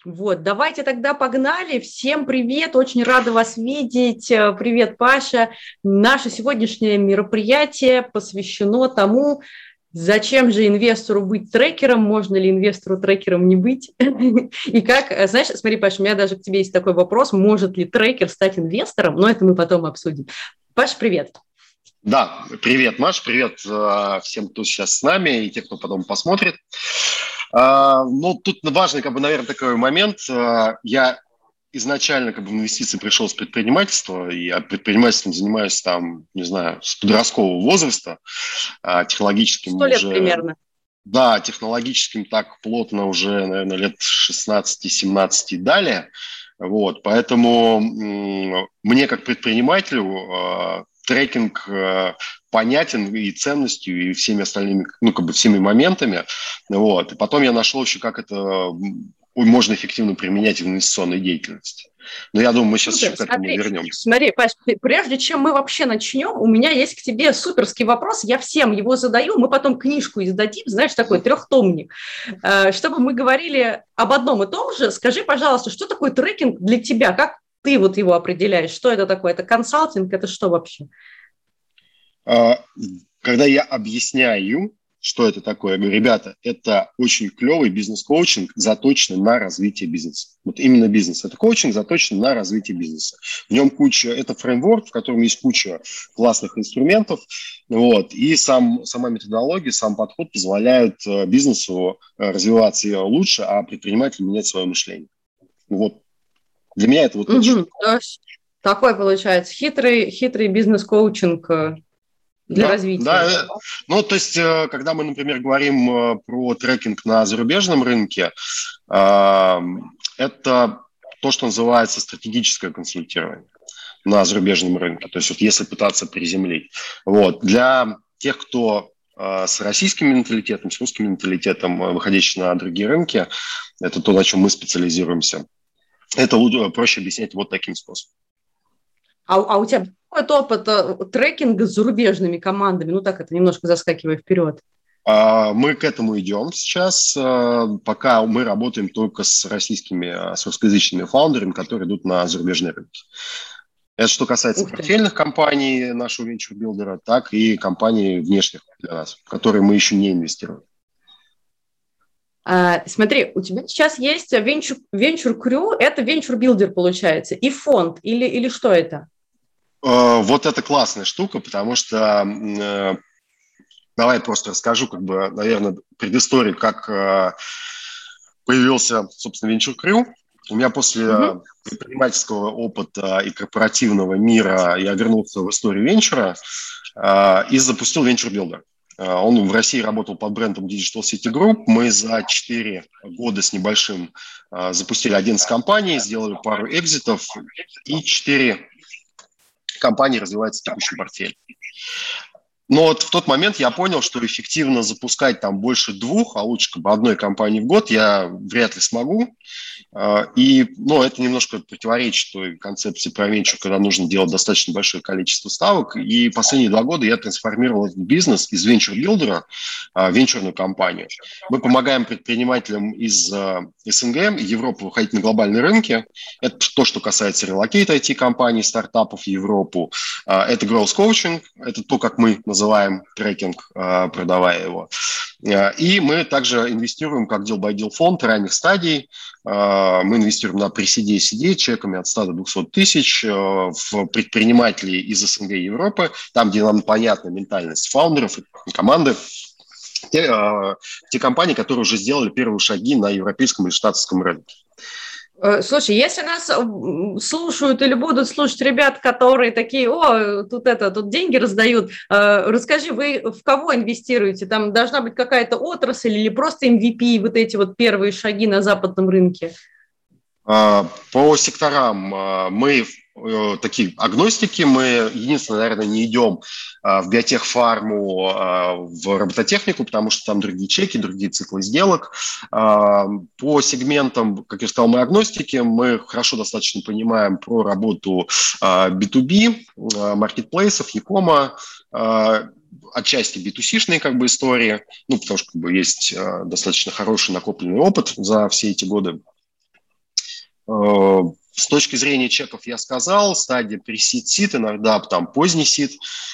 Вот, давайте тогда погнали. Всем привет, очень рада вас видеть. Привет, Паша. Наше сегодняшнее мероприятие посвящено тому, зачем же инвестору быть трекером, можно ли инвестору трекером не быть. И как, знаешь, смотри, Паша, у меня даже к тебе есть такой вопрос, может ли трекер стать инвестором, но это мы потом обсудим. Паша, привет. Да, привет, Маш, привет всем, кто сейчас с нами и те, кто потом посмотрит. Ну, тут важный, наверное, такой момент. Я изначально в инвестиции пришел с предпринимательства, и предпринимательством занимаюсь там, не знаю, с подросткового возраста, технологическим 100 лет уже, примерно. да, технологическим так плотно уже, наверное, лет 16-17 и далее. Вот, поэтому мне как предпринимателю трекинг понятен и ценностью, и всеми остальными, всеми моментами. Вот. И потом я нашел еще, как это можно эффективно применять в инвестиционной деятельности. Но я думаю, мы сейчас Супер, еще к этому вернемся. смотри, Паш, прежде чем мы вообще начнем, у меня есть к тебе суперский вопрос, я всем его задаю, мы потом книжку издадим, знаешь, такой трехтомник, чтобы мы говорили об одном и том же. Скажи, пожалуйста, что такое трекинг для тебя, как ты вот его определяешь, что это такое, это консалтинг, это что вообще? Когда я объясняю, что это такое, я говорю, ребята, это очень клевый бизнес-коучинг, заточенный на развитие бизнеса. Вот именно бизнес. Это коучинг, заточенный на развитие бизнеса. В нем это фреймворк, в котором есть куча классных инструментов. Вот, и сама методология, сам подход позволяют бизнесу развиваться лучше, а предпринимателю менять свое мышление. Вот. Для меня это вот очень. Такой получается хитрый бизнес-коучинг для развития. Да. Ну, то есть, когда мы, например, говорим про трекинг на зарубежном рынке, это то, что называется стратегическое консультирование на зарубежном рынке. То есть, вот если пытаться приземлить. Вот. Для тех, кто с российским менталитетом, с русским менталитетом, выходящий на другие рынки, это то, на чем мы специализируемся. Это проще объяснять вот таким способом. А у тебя какой опыт трекинга с зарубежными командами? Ну, так это немножко заскакивая вперед. Мы к этому идем сейчас. Пока мы работаем только с русскоязычными фаундерами, которые идут на зарубежные рынки. Это что касается портфельных компаний нашего венчур-билдера, так и компаний внешних для нас, в которые мы еще не инвестируем. Смотри, у тебя сейчас есть Venture Crew, это Venture Builder получается, и фонд, или что это? Вот это классная штука, потому что, давай просто расскажу, наверное, предысторию, как появился, собственно, Venture Crew. У меня после предпринимательского опыта и корпоративного мира я вернулся в историю венчура и запустил Venture Builder. Он в России работал под брендом Digital City Group. Мы за 4 года с небольшим запустили 11 компаний, сделали пару экзитов, и 4 компании развиваются в текущем портфеле. Но вот в тот момент я понял, что эффективно запускать там больше 2, а лучше одной компании в год я вряд ли смогу. И это немножко противоречит той концепции про венчур, когда нужно делать достаточно большое количество ставок. И последние 2 года я трансформировал этот бизнес из венчур-билдера в венчурную компанию. Мы помогаем предпринимателям из СНГ, Европы выходить на глобальные рынки. Это то, что касается релокейт IT-компаний, стартапов в Европу. Это growth coaching, это то, как мы называем трекинг, продавая его. И мы также инвестируем как deal-by-deal фонд ранних стадий. Мы инвестируем на pre-seed, seed чеками от 100 до 200 тысяч в предпринимателей из СНГ и Европы, там, где нам понятна ментальность фаундеров и команды. Те компании, которые уже сделали первые шаги на европейском или штатовском рынке. Слушай, если нас слушают или будут слушать ребят, которые такие, тут деньги раздают, расскажи, вы в кого инвестируете? Там должна быть какая-то отрасль или просто MVP, вот эти вот первые шаги на западном рынке? По секторам мы такие агностики. Мы, единственное, наверное, не идем в биотехфарму, в робототехнику, потому что там другие чеки, другие циклы сделок. По сегментам, как я сказал, мы агностики. Мы хорошо достаточно понимаем про работу B2B, маркетплейсов, e-кома, отчасти B2C-шные истории, потому что есть достаточно хороший накопленный опыт за все эти годы. С точки зрения чеков я сказал, стадия pre-seed, иногда там поздний seed,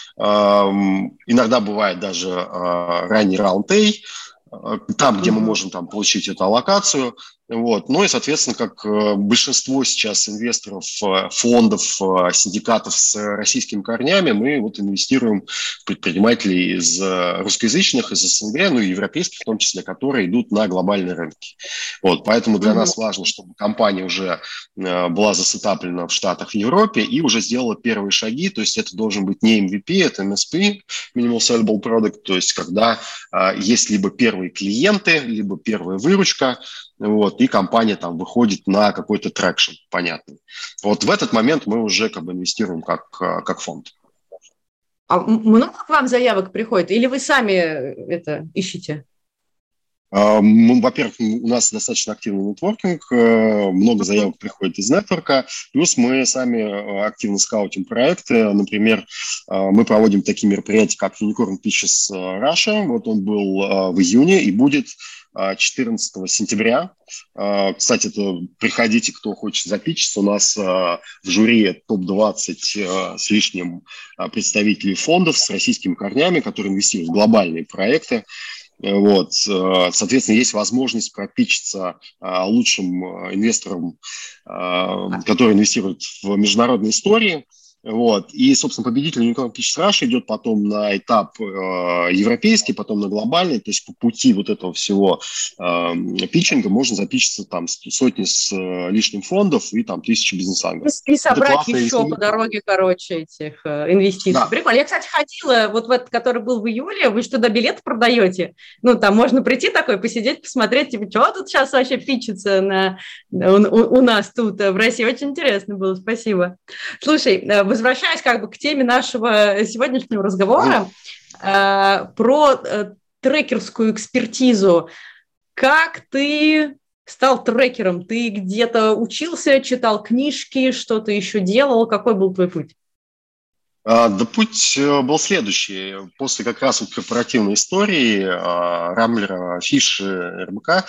иногда бывает даже ранний раунд A, там, где мы можем там получить эту аллокацию. Вот. Ну и, соответственно, как большинство сейчас инвесторов, фондов, синдикатов с российскими корнями, мы вот инвестируем в предпринимателей из русскоязычных, из СНГ, ну и европейских в том числе, которые идут на глобальные рынки. Вот. Поэтому для нас важно, чтобы компания уже была засетаплена в Штатах, в Европе и уже сделала первые шаги. То есть это должен быть не MVP, это MSP, Minimal Sellable Product, то есть когда есть либо первые клиенты, либо первая выручка, вот, и компания там выходит на какой-то трекшн, понятный. Вот в этот момент мы уже как бы инвестируем как фонд. А много к вам заявок приходит? Или вы сами это ищете? Во-первых, у нас достаточно активный нетворкинг, много заявок приходит из нетворка, плюс мы сами активно скаутим проекты. Например, мы проводим такие мероприятия, как Unicorn Pitches Russia. Вот он был в июне и будет 14 сентября. Кстати, приходите, кто хочет запичиться. У нас в жюри топ-20 с лишним представителей фондов с российскими корнями, которые инвестируют в глобальные проекты. Вот. Соответственно, есть возможность пропичиться лучшим инвесторам, которые инвестируют в международные истории. Вот. И, собственно, победитель Unicorn Pitches Russia идет потом на этап европейский, потом на глобальный. То есть по пути вот этого всего питчинга можно запичиться там сотни с лишним фондов и там тысячи бизнес-ангелов. И собрать еще по дороге, короче, этих инвестиций. Да. Прикольно. Я, кстати, ходила вот в этот, который был в июле. Вы что, до билеты продаете? Ну, там можно прийти такой, посидеть, посмотреть, типа, что тут сейчас вообще питчится у нас тут в России. Очень интересно было, спасибо. Слушай, возвращаясь как бы к теме нашего сегодняшнего разговора про трекерскую экспертизу, как ты стал трекером? Ты где-то учился, читал книжки, что-то еще делал? Какой был твой путь? Да, путь был следующий. После как раз вот корпоративной истории Рамблера, Фиш, РБК,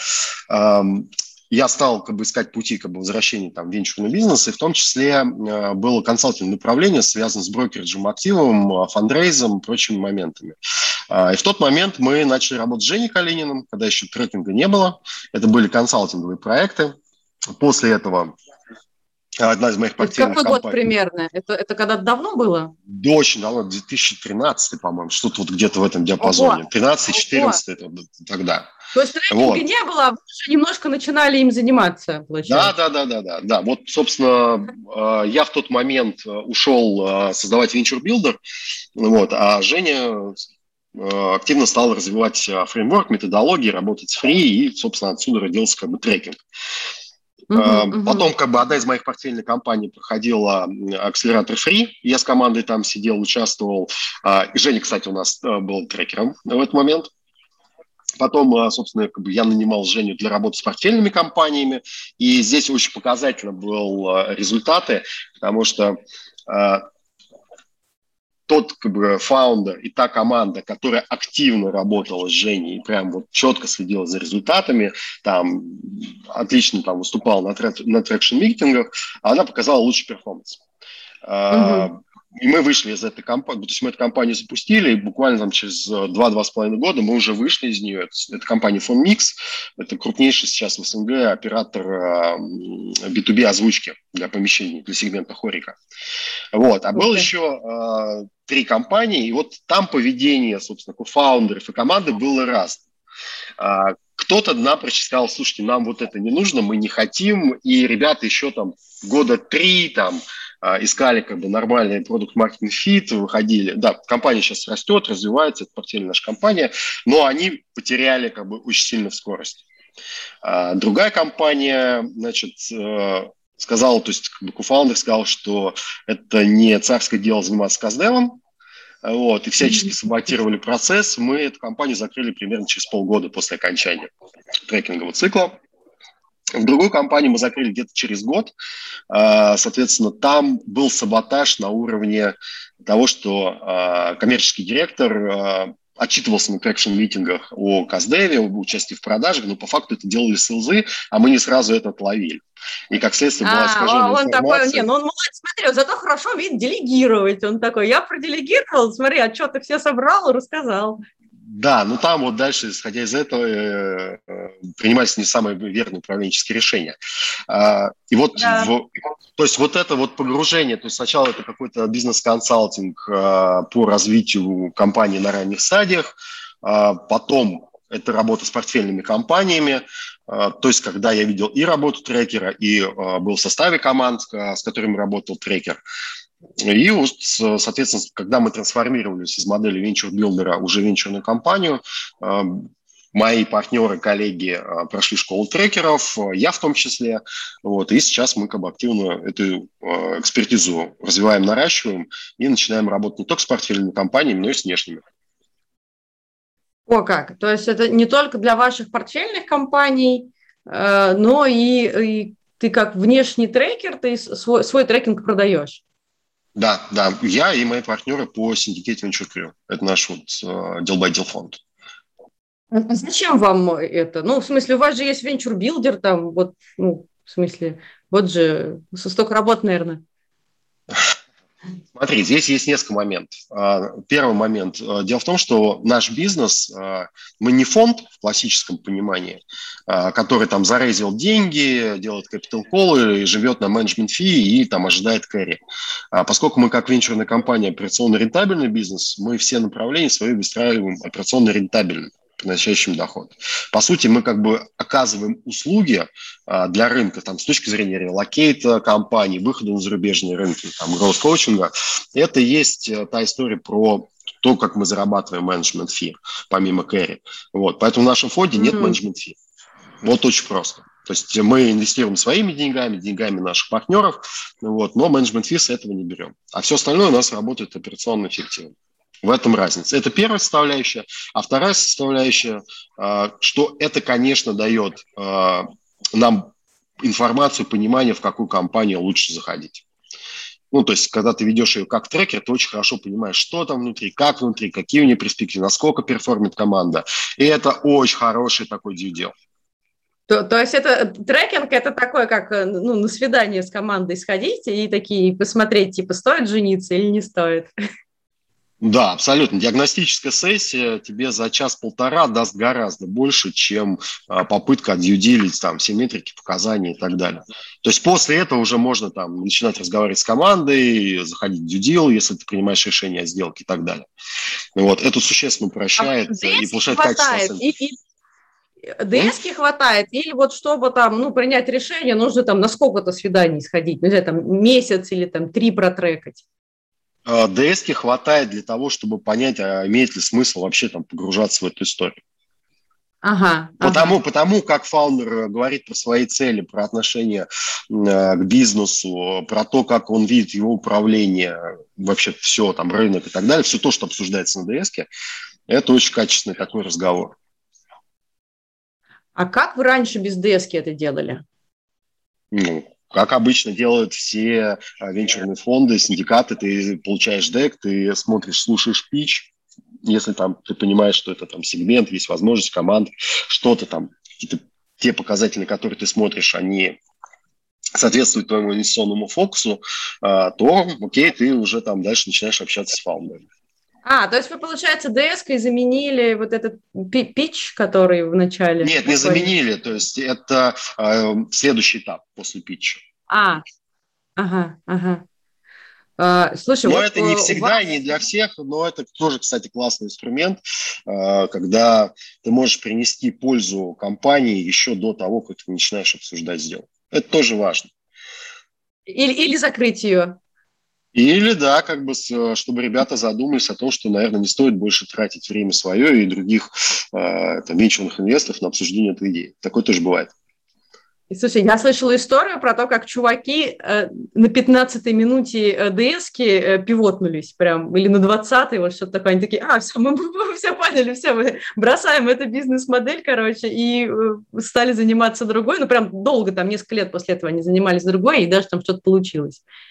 я стал как бы искать пути как бы возвращения там, в венчурный бизнес, и в том числе было консалтинговое направление, связанное с брокериджем активом, фандрейзом и прочими моментами. И в тот момент мы начали работать с Женей Калининым, когда еще трекинга не было. Это были консалтинговые проекты. После этого одна из моих портфельных компаний. Какой год примерно? Это когда-то давно было? Да, очень давно, 2013, по-моему, что-то вот где-то в этом диапазоне. 13-14 это тогда. То есть трекинга не было, а вы уже немножко начинали им заниматься, получается? Да. Вот, собственно, я в тот момент ушел создавать Venture Builder, вот, а Женя активно стал развивать фреймворк, методологии, работать с фри, и, собственно, отсюда родился как бы трекинг. Потом как бы одна из моих портфельных компаний проходила акселератор фри, я с командой там сидел, участвовал. Женя, кстати, у нас был трекером в этот момент. Потом, собственно, как бы я нанимал Женю для работы с портфельными компаниями, и здесь очень показательно были результаты, потому что тот как бы фаундер и та команда, которая активно работала с Женей и прям вот четко следила за результатами, там отлично там выступала на трекшн-митингах, она показала лучший перформанс. И мы вышли из этой компании, то есть мы эту компанию запустили, и буквально там через 2-2,5 года мы уже вышли из нее. Это компания PhoneMix, это крупнейший сейчас в СНГ оператор B2B озвучки для помещений, для сегмента хорика. Вот. А было еще 3 компании, и вот там поведение, собственно, фаундеров и команды было разное. Кто-то напрочь сказал: слушайте, нам вот это не нужно, мы не хотим, и ребята еще там года 3 там искали как бы нормальный продукт-маркетинг фит, выходили. Да, компания сейчас растет, развивается, это портфельная наша компания, но они потеряли как бы очень сильно в скорости. Другая компания, значит, сказала, то есть как бы кофаундер сказал, что это не царское дело заниматься каздевом, вот, и всячески саботировали процесс. Мы эту компанию закрыли примерно через полгода после окончания трекингового цикла. В другую компанию мы закрыли где-то через год. Соответственно, там был саботаж на уровне того, что коммерческий директор отчитывался на трекшн-митингах о каздеве, об участии в продажах, но по факту это делали селзы, а мы не сразу это отловили. И как следствие было искажение он такой, информации. он молодец, смотри, зато хорошо умеет делегировать. Он такой, я проделегировал, смотри, отчеты все собрал, рассказал. Да, ну там вот дальше, исходя из этого, принимались не самые верные управленческие решения. И вот, Да. то есть вот это вот погружение, то есть сначала это какой-то бизнес-консалтинг по развитию компании на ранних стадиях, потом это работа с портфельными компаниями, то есть когда я видел и работу трекера, и был в составе команд, с которыми работал трекер. И, соответственно, когда мы трансформировались из модели венчур-билдера уже в венчурную компанию, мои партнеры, коллеги прошли школу трекеров, я в том числе. Вот, и сейчас мы как бы активно эту экспертизу развиваем, наращиваем и начинаем работать не только с портфельными компаниями, но и с внешними. О, как? То есть это не только для ваших портфельных компаний, но и ты как внешний трекер, ты свой трекинг продаешь. Да, я и мои партнеры по Syndicate Venture Crew. Это наш вот deal-by-deal фонд. А зачем вам это? Ну, в смысле, у вас же есть венчур-билдер, там, вот, ну, в смысле, вот же столько работ, наверное. Смотри, здесь есть несколько моментов. Первый момент. Дело в том, что наш бизнес, мы не фонд в классическом понимании, который там зарейзил деньги, делает капитал-коллы, живет на менеджмент-фи и там ожидает кэрри. Поскольку мы как венчурная компания операционно-рентабельный бизнес, мы все направления свои выстраиваем операционно-рентабельно, приносящим доход. По сути, мы как бы оказываем услуги для рынка там, с точки зрения релокейта компаний, выхода на зарубежные рынки, там, гроусс-коучинга. Это есть та история про то, как мы зарабатываем менеджмент-фи, помимо кэрри. Вот. Поэтому в нашем фонде нет менеджмент-фи. Вот очень просто. То есть мы инвестируем своими деньгами наших партнеров, вот, но менеджмент-фи с этого не берем. А все остальное у нас работает операционно эффективно. В этом разница. Это первая составляющая. А вторая составляющая, что это, конечно, дает нам информацию, понимание, в какую компанию лучше заходить. Ну, то есть, когда ты ведешь ее как трекер, ты очень хорошо понимаешь, что там внутри, какие у нее перспективы, насколько перформит команда. И это очень хороший такой due deal. То есть это трекинг, это такое, как на свидание с командой сходить и такие посмотреть, типа, стоит жениться или не стоит. Да, абсолютно. Диагностическая сессия тебе за час-полтора даст гораздо больше, чем попытка отдьюдилить там все метрики, показания и так далее. То есть после этого уже можно там начинать разговаривать с командой, заходить в дьюдил, если ты принимаешь решение о сделке и так далее. Вот. Это существенно упрощает и повышает качество оценки. ДСки хватает, или вот чтобы там, принять решение, нужно там на сколько-то свиданий сходить, нельзя там месяц или там 3 протрекать. ДСки хватает для того, чтобы понять, имеет ли смысл вообще там погружаться в эту историю. Потому как фаундер говорит про свои цели, про отношение к бизнесу, про то, как он видит его управление, вообще все, там, рынок и так далее, все то, что обсуждается на ДСке, это очень качественный такой разговор. А как вы раньше без ДСки это делали? Как обычно делают все венчурные фонды, синдикаты, ты получаешь дек, ты смотришь, слушаешь пич, если там ты понимаешь, что это там сегмент, есть возможность команд, что-то там, какие-то те показатели, которые ты смотришь, они соответствуют твоему инвестиционному фокусу, то окей, ты уже там дальше начинаешь общаться с фаундерами. То есть вы, получается, ДС-кой заменили вот этот питч, который в начале? Нет, не заменили, то есть это следующий этап после питча. Слушай, но это не всегда, не для всех, но это тоже, кстати, классный инструмент, когда ты можешь принести пользу компании еще до того, как ты начинаешь обсуждать сделку. Это тоже важно. Или закрыть ее. Или, да, как бы, чтобы ребята задумались о том, что, наверное, не стоит больше тратить время свое и других венчурных инвесторов на обсуждение этой идеи. Такое тоже бывает. Слушай, я слышала историю про то, как чуваки на 15-й минуте ДСки пивотнулись прям, или на 20-й, вот что-то такое. Они такие, все, мы все поняли, все, мы бросаем эту бизнес-модель, и стали заниматься другой. Прям долго, там, несколько лет после этого они занимались другой, и даже там что-то получилось.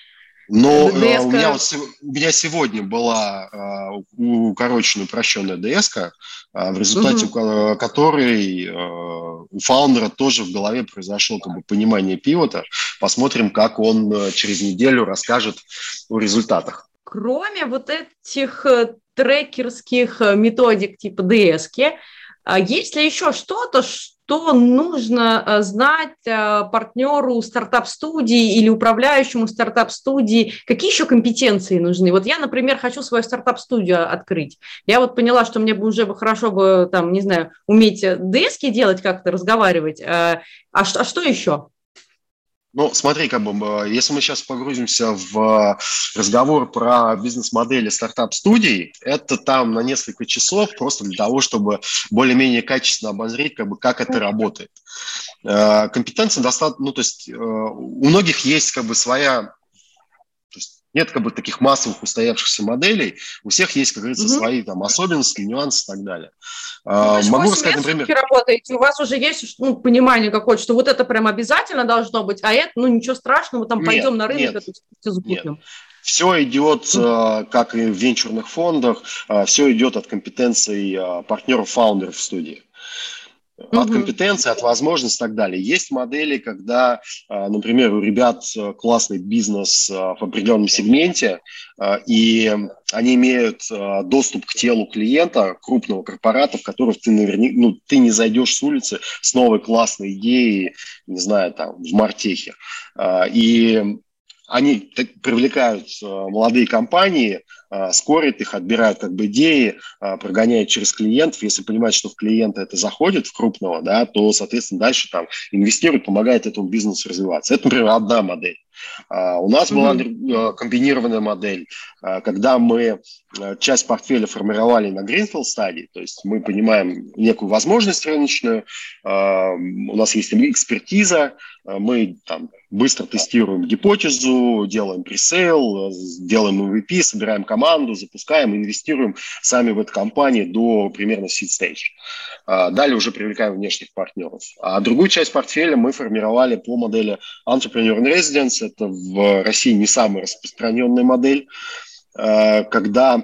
Но ДСК. у меня сегодня была укороченная, упрощенная ДС-ка, в результате которой у фаундера тоже в голове произошло как бы понимание пивота. Посмотрим, как он через неделю расскажет о результатах. Кроме вот этих трекерских методик типа ДСки, есть ли еще что-то, что нужно знать партнеру стартап-студии или управляющему стартап-студии? Какие еще компетенции нужны? Вот я, например, хочу свою стартап-студию открыть. Я вот поняла, что мне бы уже хорошо бы, там, не знаю, уметь ДСки делать, как-то разговаривать. А что еще? Ну, смотри, как бы, если мы сейчас погрузимся в разговор про бизнес-модели стартап-студий, это там на несколько часов просто для того, чтобы более-менее качественно обозреть, как бы, как это работает. Компетенция достаточно, ну, то есть у многих есть как бы своя, то есть нет как бы таких массовых устоявшихся моделей, у всех есть, как говорится, свои там особенности, нюансы и так далее. Вы же Могу 8 рассказать, лет например... работаете, у вас уже есть понимание какое-то, что вот это прям обязательно должно быть, а это, ничего страшного, там пойдем на рынок, это все закупим. Все идет, как и в венчурных фондах, все идет от компетенций партнеров-фаундеров в студии. От компетенции, от возможностей и так далее. Есть модели, когда, например, у ребят классный бизнес в определенном сегменте, и они имеют доступ к телу клиента, крупного корпората, в которых ты наверняка, ты не зайдешь с улицы с новой классной идеей, не знаю, там, в Мартехе. И они привлекают молодые компании, скорят их, отбирают как бы идеи, прогоняют через клиентов. Если понимать, что в клиента это заходит, в крупного, да, то, соответственно, дальше там инвестируют, помогает этому бизнесу развиваться. Это, например, одна модель. У нас была комбинированная модель, когда мы часть портфеля формировали на Greenfield стадии, то есть мы понимаем некую возможность рыночную, у нас есть экспертиза, мы там быстро тестируем гипотезу, делаем пресейл, делаем MVP, собираем команду, запускаем, инвестируем сами в эту компанию до примерно seed stage. Далее уже привлекаем внешних партнеров. А другую часть портфеля мы формировали по модели Entrepreneur in Residence. Это в России не самая распространенная модель, когда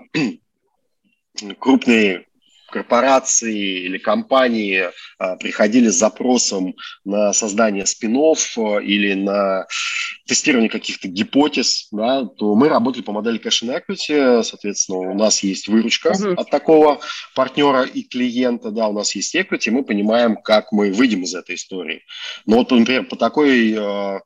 крупные корпорации или компании приходили с запросом на создание спин-офф или на тестирование каких-то гипотез, да, то мы работали по модели Cash and Equity, соответственно, у нас есть выручка от такого партнера и клиента, да, у нас есть equity, мы понимаем, как мы выйдем из этой истории. Но вот, например, по такой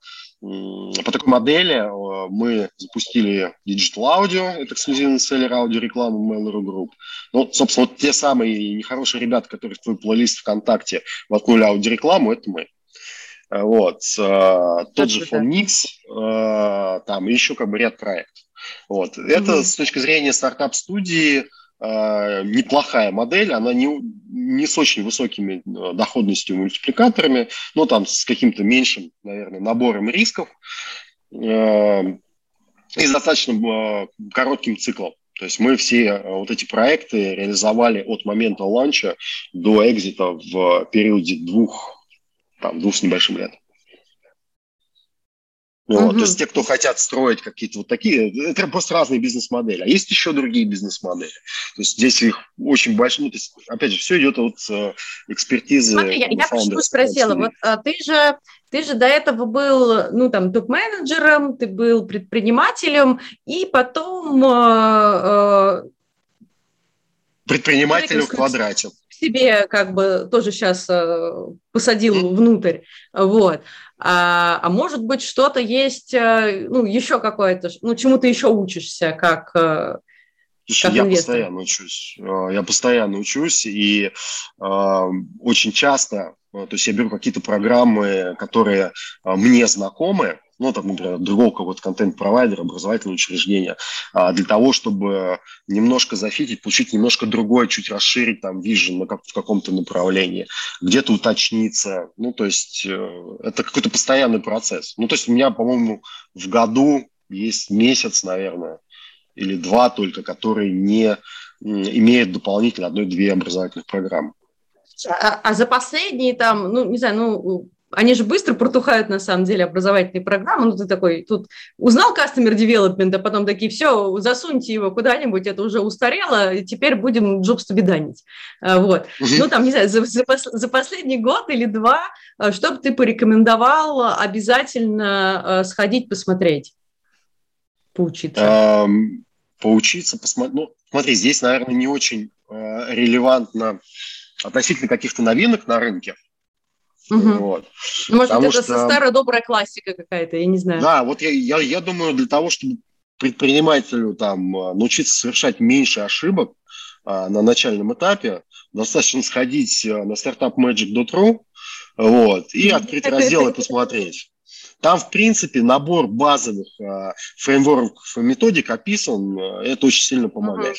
модели мы запустили Digital Audio, это эксклюзивный селлер аудиорекламы Mail.ru Group. Ну, собственно, вот те самые нехорошие ребята, которые в твой плейлист ВКонтакте воткнули аудиорекламу, это мы. Вот. Тот же Phonix, там еще как бы ряд проектов. Вот. Это с точки зрения стартап-студии неплохая модель, она не с очень высокими доходностью и мультипликаторами, но там с каким-то меньшим, наверное, набором рисков и с достаточно коротким циклом. То есть мы все вот эти проекты реализовали от момента ланча до экзита в периоде двух с небольшим лет. Вот, то есть те, кто хотят строить какие-то вот такие, это просто разные бизнес-модели. А есть еще другие бизнес-модели. То есть здесь их очень большие. Ну, то есть, опять же, все идет от экспертизы. Смотри, я почему спросила. Вот ты же до этого был, топ-менеджером, ты был предпринимателем, и потом... предпринимателем в квадрате. Себе как бы тоже сейчас посадил внутрь. Вот. А может быть, что-то есть, еще какое-то, чему ты еще учишься, как Слушай, я постоянно учусь, и очень часто, то есть я беру какие-то программы, которые мне знакомы, например, другого какого-то контент-провайдера, образовательного учреждения, для того, чтобы немножко зафитить, получить немножко другое, чуть расширить там вижен в каком-то направлении, где-то уточниться. То есть это какой-то постоянный процесс. То есть у меня, по-моему, в году есть месяц, наверное, или два только, которые не имеют дополнительно 1-2 образовательных программы. А за последние они же быстро протухают, на самом деле, образовательные программы. Ну, ты такой, тут узнал customer development, а потом такие, все, засуньте его куда-нибудь, это уже устарело, и теперь будем jobs to be done. Вот. Ну, там, не знаю, за последний год или два, что бы ты порекомендовал обязательно сходить посмотреть, поучиться? Поучиться, посмотреть. Ну, смотри, здесь, наверное, не очень релевантно относительно каких-то новинок на рынке. Вот. Может быть, это старая добрая классика какая-то, я не знаю. Да, вот я думаю, для того, чтобы предпринимателю там научиться совершать меньше ошибок на начальном этапе, достаточно сходить на startupmagic.ru, вот, и открыть раздел и посмотреть. Там, в принципе, набор базовых фреймворков и методик описан, это очень сильно помогает.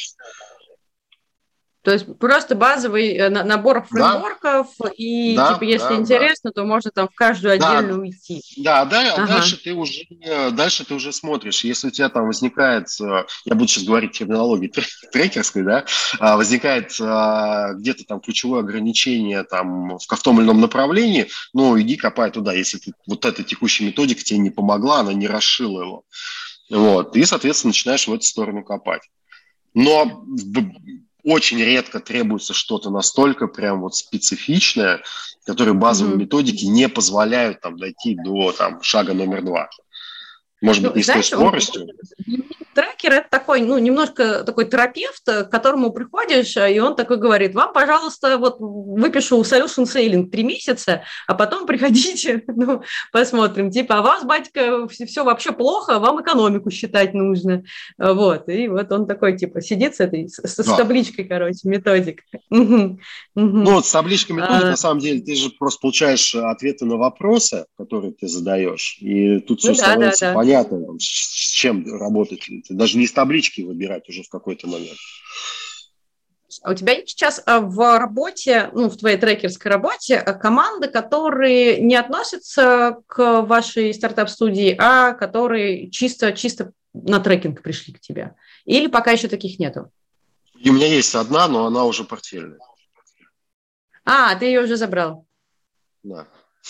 То есть просто базовый набор фреймворков, и типа, если интересно, то можно там в каждую отдельно уйти. Да, дальше ты уже смотришь. Если у тебя там возникает, я буду сейчас говорить терминологией трекерской, да, возникает где-то там ключевое ограничение там в том или ином направлении, ну, иди копай туда, если вот эта текущая методика тебе не помогла, она не расшила его. Вот, и, соответственно, начинаешь в эту сторону копать. Но очень редко требуется что-то настолько прям вот специфичное, которое базовые методики не позволяют там дойти до там шага номер 2. Может быть, не с той скоростью. Трекер – это такой, ну, немножко такой терапевт, к которому приходишь, и он такой говорит, вам, пожалуйста, вот выпишу solution selling 3 месяца, а потом приходите, ну, посмотрим. Типа, а вас, батька, все вообще плохо, вам экономику считать нужно. Вот, и вот он такой, типа, сидит с табличкой, короче, методик. Ну, вот с табличкой методик, на самом деле, ты же просто получаешь ответы на вопросы, которые ты задаешь, и тут все становится понятно, с чем работать. Даже не с таблички выбирать уже в какой-то момент. А у тебя есть сейчас в работе, ну, в твоей трекерской работе команды, которые не относятся к вашей стартап-студии, а которые чисто на трекинг пришли к тебе? Или пока еще таких нету? И у меня есть одна, но она уже портфельная. А, ты ее уже забрал? Да.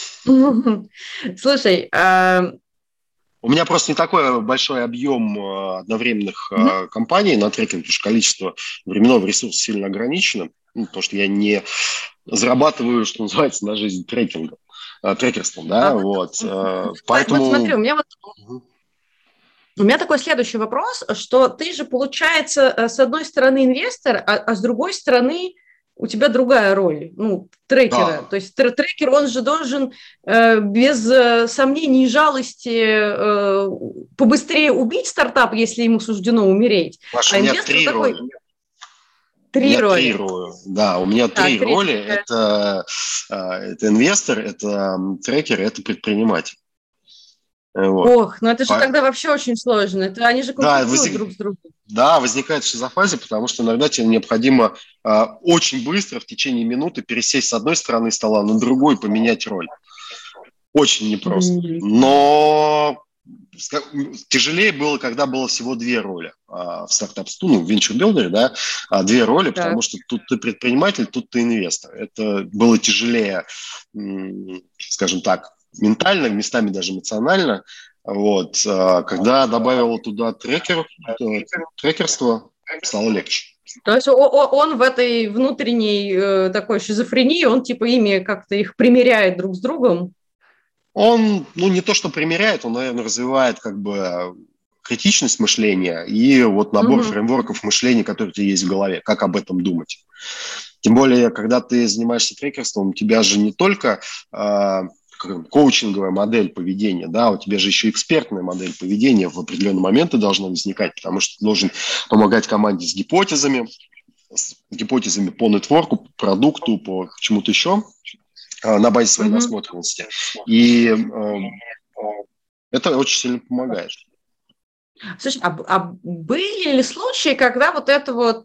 Слушай, у меня просто не такой большой объем одновременных компаний на трекинг, потому что количество временного ресурса сильно ограничено, потому что я не зарабатываю, что называется, на жизнь трекерством, да, вот. Поэтому... Вот смотри, у меня такой следующий вопрос, что ты же, получается, с одной стороны инвестор, а с другой стороны у тебя другая роль, ну, трекера. Да. То есть трекер, он же должен без сомнений и жалости побыстрее убить стартап, если ему суждено умереть. Паша, у меня 3 роли. Три роли. Да, у меня 3 роли. Это инвестор, это трекер, это предприниматель. Вот. Ох, ну это же тогда вообще очень сложно. Они же конкурируют друг с другом. Да, возникает шизофазия, потому что иногда тебе необходимо очень быстро, в течение минуты, пересесть с одной стороны стола на другую, поменять роль. Очень непросто. Но тяжелее было, когда было всего 2 роли в стартап-студии, в венчур-билдере, да, 2 роли, потому что тут ты предприниматель, тут ты инвестор. Это было тяжелее, скажем так, ментально, местами даже эмоционально. Вот. Когда добавил туда трекерство, стало легче. То есть он в этой внутренней такой шизофрении, он типа ими как-то их примеряет друг с другом? Он, ну, не то что примеряет, он, наверное, развивает как бы критичность мышления и вот набор фреймворков мышления, которые у тебя есть в голове, как об этом думать. Тем более, когда ты занимаешься трекерством, у тебя же не только коучинговая модель поведения, да, у тебя же еще экспертная модель поведения в определенные моменты должна возникать, потому что ты должен помогать команде с гипотезами по нетворку, по продукту, по чему-то еще на базе своей насмотренности. И это очень сильно помогает. Слушай, а были ли случаи, когда вот это вот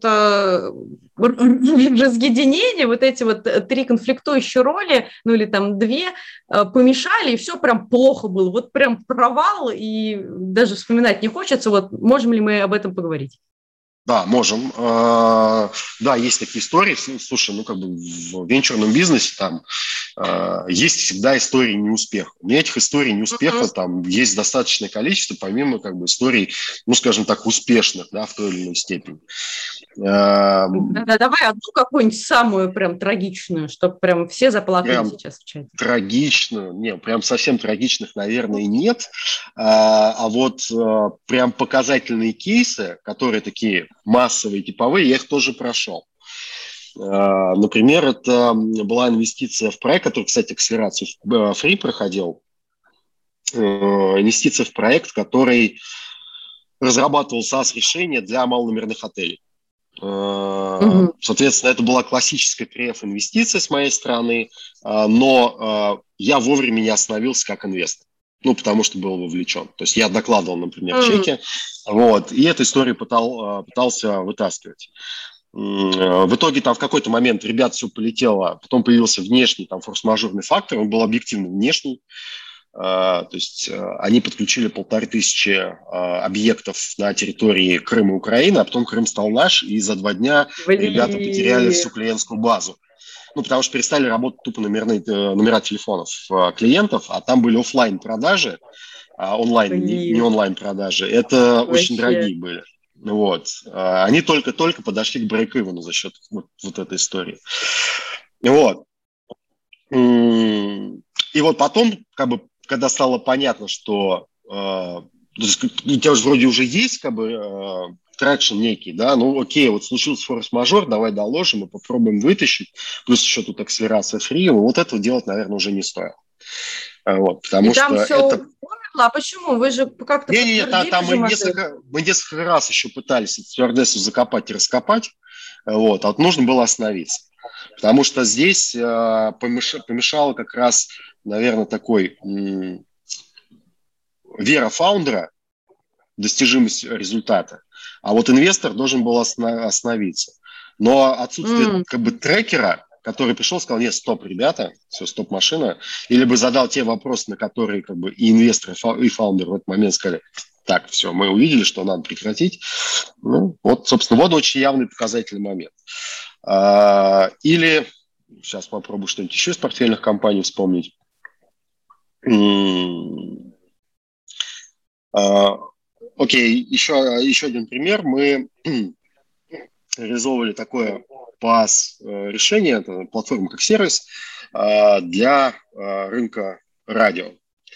разъединение, вот эти вот 3 конфликтующие роли, ну или там 2, помешали, и все прям плохо было, вот прям провал, и даже вспоминать не хочется, вот можем ли мы об этом поговорить? Да, можем. Да, есть такие истории. Слушай, ну как бы в венчурном бизнесе там есть всегда истории неуспеха. У меня этих историй неуспеха там есть достаточное количество, помимо как бы историй, ну, скажем так, успешных, да, в той или иной степени. Давай одну какую-нибудь самую прям трагичную, чтобы прям все заплакали прям сейчас в чате. Трагичную? Не, прям совсем трагичных, наверное, нет. А вот прям показательные кейсы, которые такие массовые, типовые, я их тоже прошел. Например, это была инвестиция в проект, который, кстати, акселерацию Free проходил. Инвестиция в проект, который разрабатывал SaaS-решение для малономерных отелей. Соответственно, это была классическая КРФ-инвестиция с моей стороны, но я вовремя не остановился как инвестор. Ну, потому что был вовлечен. То есть я докладывал, например, чеки, вот, и эту историю пытался вытаскивать. В итоге там в какой-то момент ребят все полетело, потом появился внешний там форс-мажорный фактор, он был объективно внешний, то есть они подключили 1500 объектов на территории Крыма и Украины, а потом Крым стал наш, и за 2 дня ребята потеряли всю клиентскую базу. Ну, потому что перестали работать тупо номера телефонов клиентов, а там были офлайн продажи, онлайн, не онлайн продажи. Это очень дорогие были. Вот. Они только-только подошли к брейк-ивену за счет вот этой истории. Вот. И вот потом, как бы, когда стало понятно, что у тебя же вроде уже есть как бы трекшн некий, да, ну окей, вот случился форс-мажор, давай доложим и попробуем вытащить, плюс еще тут акселерация Free, вот этого делать, наверное, уже не стоит. Вот, потому что там все умерло, а почему? Вы же как-то там мы несколько раз еще пытались эту стюардессу закопать и раскопать, вот, а вот нужно было остановиться. Потому что здесь помешало как раз, наверное, такой вера фаундера, достижимость результата. А вот инвестор должен был остановиться. Но отсутствие как бы трекера, который пришел и сказал: нет, стоп, ребята, все, стоп, машина, или бы задал те вопросы, на которые как бы и инвестор, и фаундер в этот момент сказали: так, все, мы увидели, что надо прекратить. Ну, вот, собственно, вот очень явный показательный момент. Или, сейчас попробую что-нибудь еще из портфельных компаний вспомнить. Окей, еще один пример. Мы реализовывали такое PaaS-решение, это платформа как сервис, для рынка радио.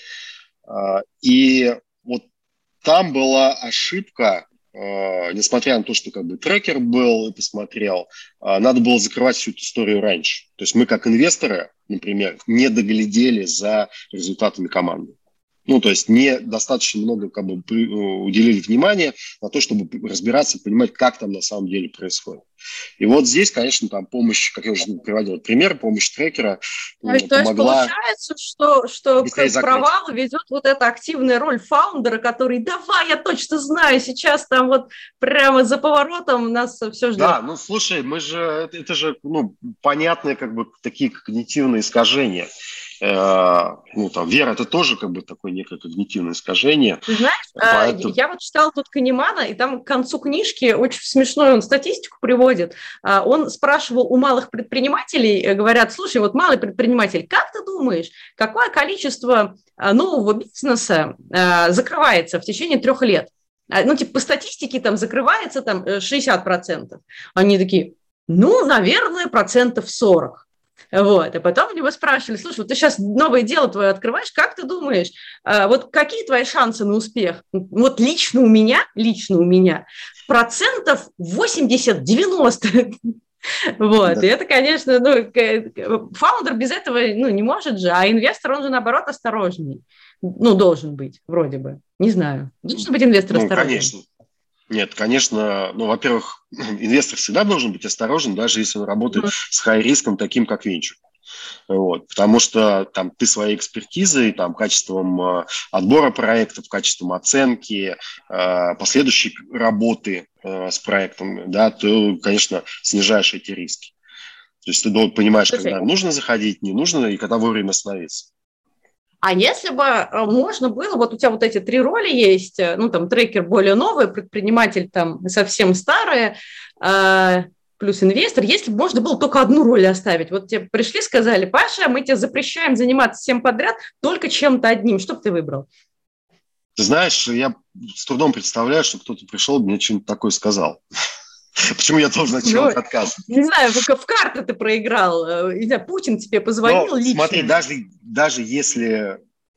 И вот там была ошибка, несмотря на то, что как бы трекер был и посмотрел, надо было закрывать всю эту историю раньше. То есть мы как инвесторы, например, не доглядели за результатами команды. Ну, то есть недостаточно много как бы уделили внимания на то, чтобы разбираться и понимать, как там на самом деле происходит. И вот здесь, конечно, там помощь, как я уже приводил пример, помощь трекера помогла. То есть получается, что к провалу ведет вот эта активная роль фаундера, который: давай, я точно знаю, сейчас там вот прямо за поворотом нас все ждет. Да, ну слушай, это же понятные как бы такие когнитивные искажения. Вера – это тоже как бы такое некое когнитивное искажение. Ты знаешь, я вот читала тут Канемана, и там к концу книжки очень смешную он статистику приводит. Он спрашивал у малых предпринимателей, говорят: слушай, вот малый предприниматель, как ты думаешь, какое количество нового бизнеса закрывается в течение 3 лет? Ну, типа, по статистике там закрывается там 60%. Они такие: ну, наверное, 40%. Вот, и потом него спрашивали: слушай, вот ты сейчас новое дело твое открываешь, как ты думаешь, вот какие твои шансы на успех? Вот лично у меня 80%, 90%. Вот, да. И это, конечно, фаундер без этого не может же, а инвестор, он же, наоборот, осторожней. Должен быть, вроде бы. Не знаю. Должен быть инвестор осторожный. Конечно. Нет, конечно, во-первых, инвестор всегда должен быть осторожен, даже если он работает с хай-риском, таким как венчур. Вот, потому что там ты своей экспертизой, там, качеством отбора проектов, качеством оценки, последующей работы с проектом, да, ты, конечно, снижаешь эти риски. То есть ты понимаешь, когда нужно заходить, не нужно, и когда вовремя остановиться. А если бы можно было, вот у тебя вот эти 3 роли есть, трекер более новый, предприниматель там совсем старый, плюс инвестор, если бы можно было только одну роль оставить. Вот тебе пришли, сказали: Паша, мы тебе запрещаем заниматься всем подряд, только чем-то одним. Что бы ты выбрал? Ты знаешь, я с трудом представляю, что кто-то пришел и мне что-нибудь такое сказал. Почему я должен от чего-то отказываться? Не знаю, в карты ты проиграл. Не знаю, Путин тебе позвонил лично. Смотри, даже если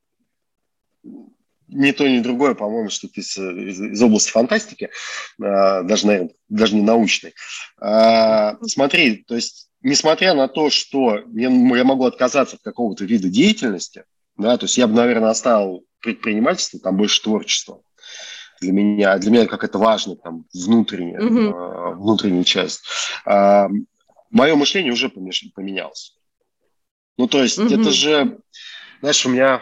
ни то, ни другое, по-моему, что-то из области фантастики, даже, наверное, даже не научной. Смотри, то есть, несмотря на то, что я могу отказаться от какого-то вида деятельности, да, то есть я бы, наверное, оставил предпринимательство, там больше творчества. Для меня как это важно, там, внутренняя часть. Мое мышление уже поменялось. Ну, то есть, это же, знаешь, у меня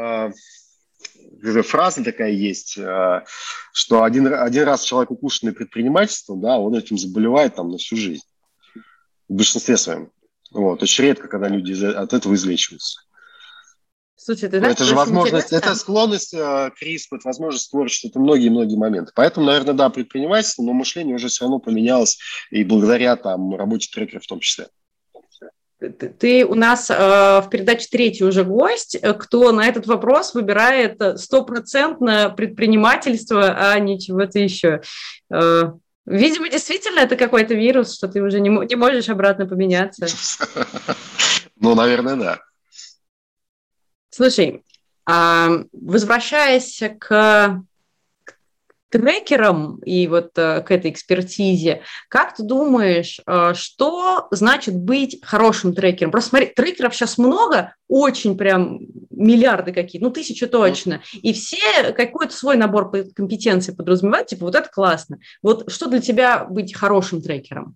фраза такая есть, что один раз человек укушенный предпринимательством, да, он этим заболевает там на всю жизнь. В большинстве своем. Вот. Очень редко, когда люди от этого излечиваются. Слушай, ты знаешь, это же возможность, это склонность к риску, это возможность творчества, это многие-многие моменты. Поэтому, наверное, да, предпринимательство, но мышление уже все равно поменялось, и благодаря там работе трекеров в том числе. Ты у нас в передаче третий уже гость, кто на этот вопрос выбирает 100% предпринимательство, а не чего-то еще. Видимо, действительно, это какой-то вирус, что ты уже не можешь обратно поменяться. Ну, наверное, да. Слушай, возвращаясь к трекерам и вот к этой экспертизе, как ты думаешь, что значит быть хорошим трекером? Просто смотри, трекеров сейчас много, очень прям миллиарды какие-то, 1000 точно, и все какой-то свой набор компетенций подразумевают, типа вот это классно. Вот что для тебя быть хорошим трекером?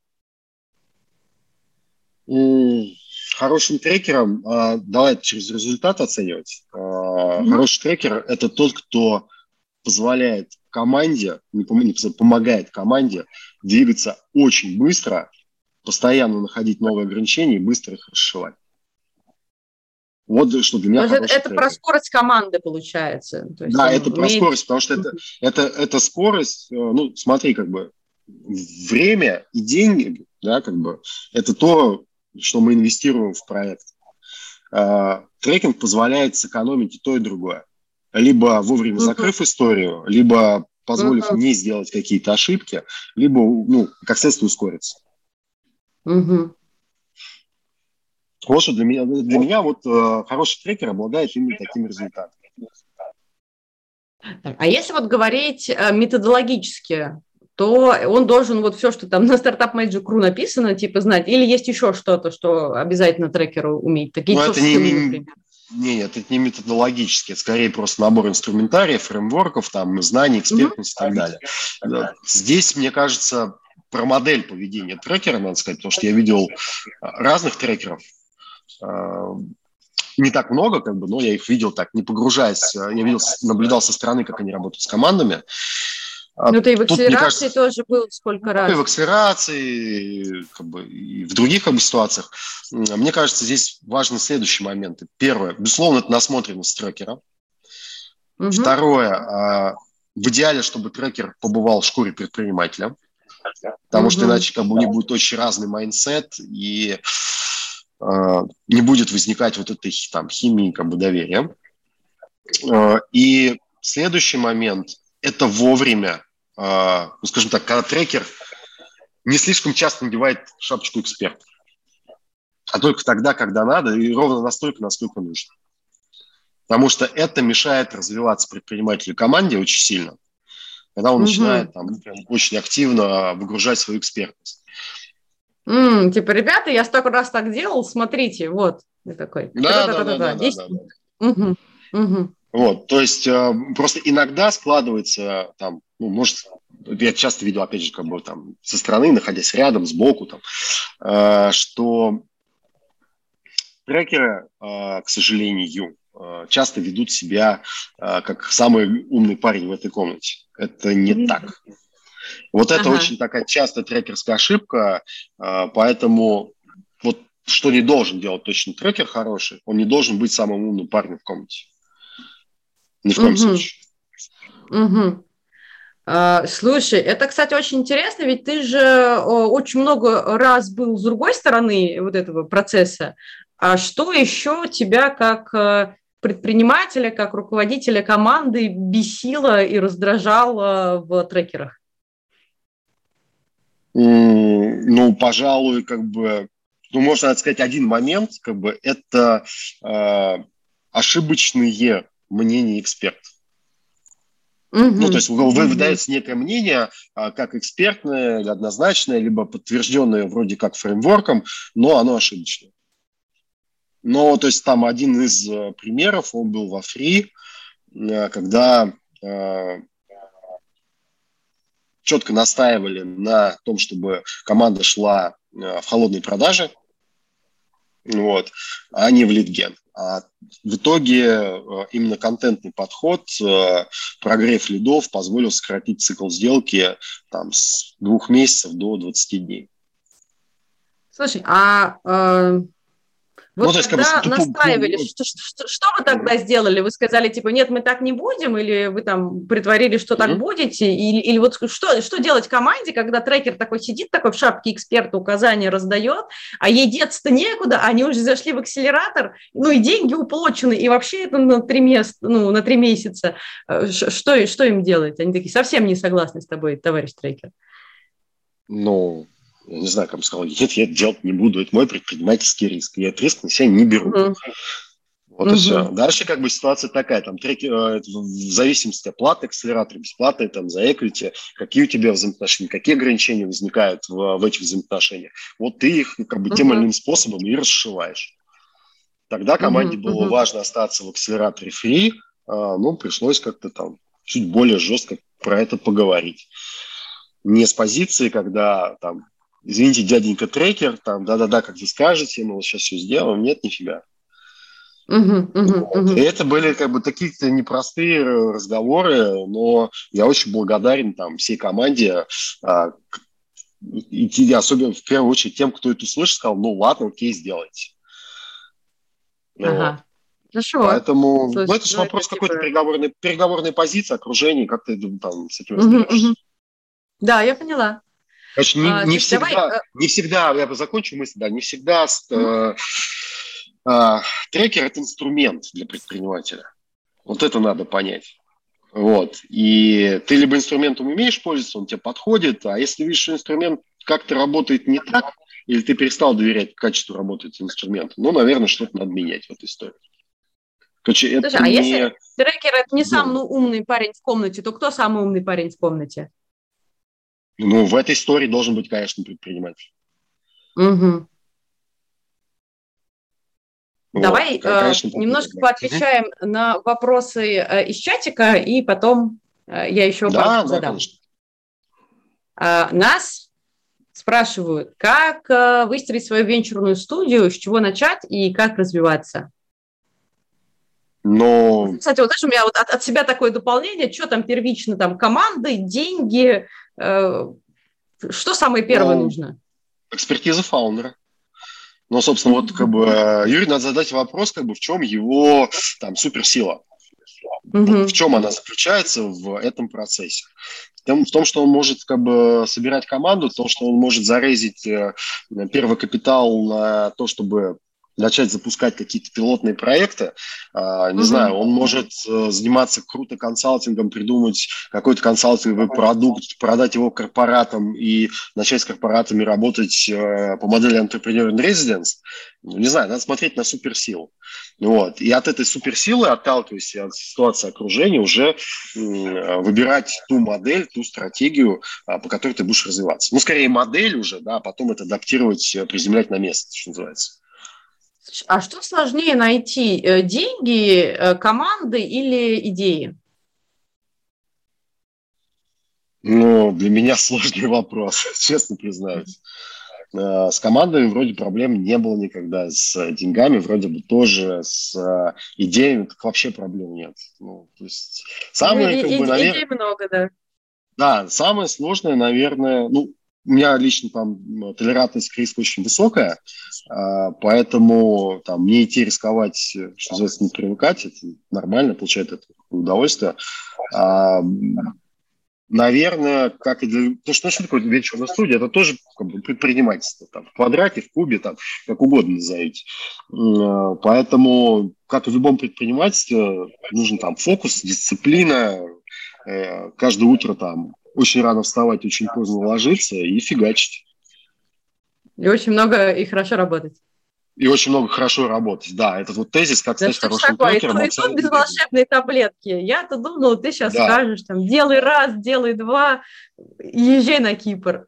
Хорошим трекером, давай через результат оценивать. Хороший трекер – это тот, кто позволяет команде, помогает команде двигаться очень быстро, постоянно находить новые ограничения и быстро их расшивать. Вот что для меня хороший это про скорость команды получается. То есть да, это про скорость, потому что это скорость, смотри, как бы время и деньги, да, как бы это то, что мы инвестируем в проект. Трекинг позволяет сэкономить и то, и другое. Либо вовремя закрыв историю, либо позволив не сделать какие-то ошибки, либо, как следствие, ускориться. Вот что для меня вот хороший трекер обладает именно таким результатом. А если вот говорить методологически, то он должен вот все, что там на Startup Magic.ru написано, типа знать, или есть еще что-то, что обязательно трекеру уметь? Такие софт-скиллы, например. Нет, это не методологически, это скорее просто набор инструментариев, фреймворков, там, знаний, экспертности и так далее. Здесь, мне кажется, про модель поведения трекера, надо сказать, потому что я видел разных трекеров, не так много, как бы, но я их видел так, не погружаясь, наблюдал со стороны, как они работают с командами. Ты и в акселерации тоже был сколько раз. И в акселерации, как бы, и в других как бы ситуациях. Мне кажется, здесь важны следующие моменты. Первое, безусловно, это насмотренность трекера. Второе, в идеале, чтобы трекер побывал в шкуре предпринимателя, потому что иначе как бы у них будет очень разный майндсет, и не будет возникать вот этой там химии как бы доверия. И следующий момент – это вовремя, скажем так, когда трекер не слишком часто надевает шапочку эксперта, а только тогда, когда надо, и ровно настолько, насколько нужно. Потому что это мешает развиваться предпринимателю команде очень сильно, когда он начинает там, очень активно выгружать свою экспертность. Типа, ребята, я столько раз так делал, смотрите, вот. И такой. Да. Вот, то есть просто иногда складывается там, может, я часто видел, опять же, как бы там со стороны, находясь рядом, сбоку, там, что трекеры, к сожалению, часто ведут себя как самый умный парень в этой комнате. Это не так. Вот это очень такая частая трекерская ошибка, поэтому вот что не должен делать точно трекер хороший, он не должен быть самым умным парнем в комнате. Ни в коем случае. Слушай, это, кстати, очень интересно, ведь ты же очень много раз был с другой стороны вот этого процесса. А что еще тебя как предпринимателя, как руководителя команды бесило и раздражало в трекерах? Ну, пожалуй, можно сказать, один момент, это ошибочные мнения экспертов. Ну, то есть выдается некое мнение, как экспертное, или однозначное, либо подтвержденное вроде как фреймворком, но оно ошибочное. Но, то есть там один из примеров, он был во Free, когда четко настаивали на том, чтобы команда шла в холодные продажи, вот, а не в лидген. А в итоге именно контентный подход, прогрев лидов позволил сократить цикл сделки там, с 2 месяцев до 20 дней. Слушай, вот то есть, когда настраивали, что вы тогда сделали? Вы сказали, типа, нет, мы так не будем, или вы там притворили, что так будете? Или вот что делать команде, когда трекер такой сидит, такой в шапке эксперта, указания раздает, а ей деться-то некуда, они уже зашли в акселератор, ну и деньги уплочены, и вообще это на 3 месяца. Что им делать? Они такие, совсем не согласны с тобой, товарищ трекер. Я не знаю, как бы сказал, нет, я это делать не буду, это мой предпринимательский риск, я этот риск на себя не беру. Вот и все. Дальше ситуация такая, там трекер, в зависимости от платы, акселератора, бесплатные, там за equity, какие у тебя взаимоотношения, какие ограничения возникают в этих взаимоотношениях. Вот ты их тем или иным способом и расшиваешь. Тогда команде было важно остаться в акселераторе free, пришлось как-то там чуть более жестко про это поговорить. Не с позиции, когда там извините, дяденька трекер, там, да-да-да, как вы скажете, мы вот сейчас все сделаем. Нет, нифига. И это были такие-то непростые разговоры, но я очень благодарен там всей команде, и особенно в первую очередь тем, кто это услышал, сказал, ладно, окей, сделайте. Хорошо. Поэтому, это же вопрос какой-то переговорной позиции, окружения, как ты там с этим разберешься. Да, я поняла. Значит, не всегда, я закончу мысль, не всегда трекер – это инструмент для предпринимателя. Вот это надо понять. Вот. И ты либо инструментом умеешь пользоваться, он тебе подходит, а если видишь, что инструмент как-то работает не так, или ты перестал доверять качеству работы этого инструмента, наверное, что-то надо менять в этой истории. Слушай, если трекер – это не самый умный парень в комнате, то кто самый умный парень в комнате? В этой истории должен быть, конечно, предприниматель. Давай немножко поотвечаем на вопросы из чатика, и потом я еще пару задам. Нас спрашивают, как выстроить свою венчурную студию, с чего начать и как развиваться. Кстати, вот знаешь, у меня вот от себя такое дополнение, что там первично, там команды, деньги, что самое первое нужно? Экспертиза фаундера. Собственно, Юрию надо задать вопрос, в чем его там суперсила. В чем она заключается в этом процессе. В том, что он может собирать команду, в том, что он может зарейзить первый капитал на то, чтобы начать запускать какие-то пилотные проекты. Не знаю, он может заниматься круто консалтингом, придумать какой-то консалтинговый продукт, продать его корпоратам и начать с корпоратами работать по модели Entrepreneur in Residence. Не знаю, надо смотреть на суперсилу. И от этой суперсилы, отталкиваясь от ситуации окружения, уже выбирать ту модель, ту стратегию, по которой ты будешь развиваться. Скорее модель уже, а потом это адаптировать, приземлять на место, что называется. А что сложнее найти, деньги, команды или идеи? Для меня сложный вопрос, честно признаюсь. С командами вроде проблем не было никогда, с деньгами вроде бы тоже, с идеями так вообще проблем нет. То есть самое, идей много, да. Да, самое сложное, наверное, у меня лично там толерантность к риску очень высокая, поэтому мне идти рисковать, что называется, не привыкать, это нормально, получать это удовольствие. наверное, как и для... Потому что, ну, что такое венчурная студия? Это тоже как бы предпринимательство. Там, в квадрате, в кубе, там, как угодно назовите. Поэтому, как и в любом предпринимательстве, нужен там фокус, дисциплина. Каждое утро там очень рано вставать, очень поздно ложиться и фигачить. И очень много и хорошо работать. И очень много хорошо работать. Да, этот вот тезис, как Да стать что ж хорошим такое, трекером, и тут без абсолютно верный. волшебной таблетки. Я-то думала, ты сейчас Да. скажешь, там, делай раз, делай два, езжай на Кипр.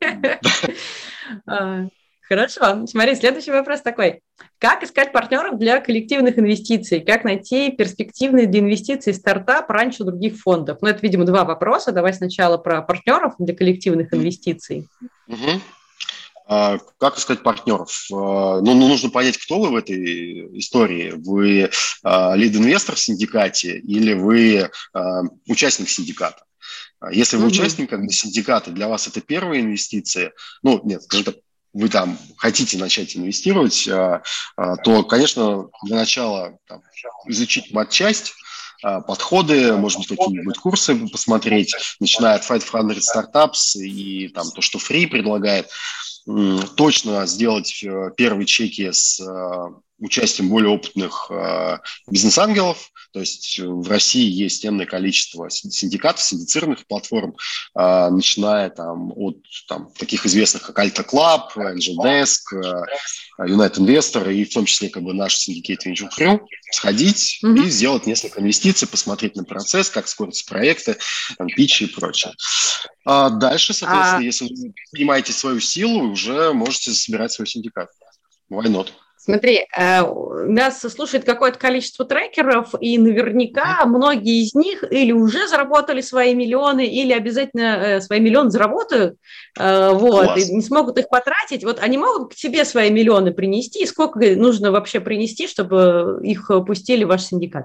Хорошо, смотри, следующий вопрос такой. Как искать партнеров для коллективных инвестиций? Как найти перспективный для инвестиций стартап раньше других фондов? Ну, это, видимо, два вопроса. Давай сначала про партнеров для коллективных инвестиций. Угу. Как искать партнеров? Ну, нужно понять, кто вы в этой истории. Вы лид-инвестор в синдикате или вы участник синдиката? Если вы участник как бы, синдиката, для вас это первые инвестиции, ну, нет, скажем так, вы там хотите начать инвестировать, то, конечно, для начала там, изучить матчасть, подходы, может быть, какие-нибудь курсы посмотреть, начиная от 500 Startups и там то, что Free предлагает, точно сделать первые чеки с участием более опытных бизнес-ангелов. То есть в России есть энное количество синдикатов, синдицированных платформ, начиная там, от там, таких известных, как Alta Club, AngelDesk, United Investor и в том числе как бы наш Syndicate Venture Crew, сходить и сделать несколько инвестиций, посмотреть на процесс, как скорятся проекты, там, питчи и прочее. А дальше, соответственно, если вы понимаете свою силу, вы уже можете собирать свой синдикат. Why not? Смотри, нас слушает какое-то количество трекеров, и наверняка многие из них или уже заработали свои миллионы, или обязательно свои миллионы заработают, вот, и не смогут их потратить. Вот они могут к тебе свои миллионы принести, и сколько нужно вообще принести, чтобы их пустили в ваш синдикат?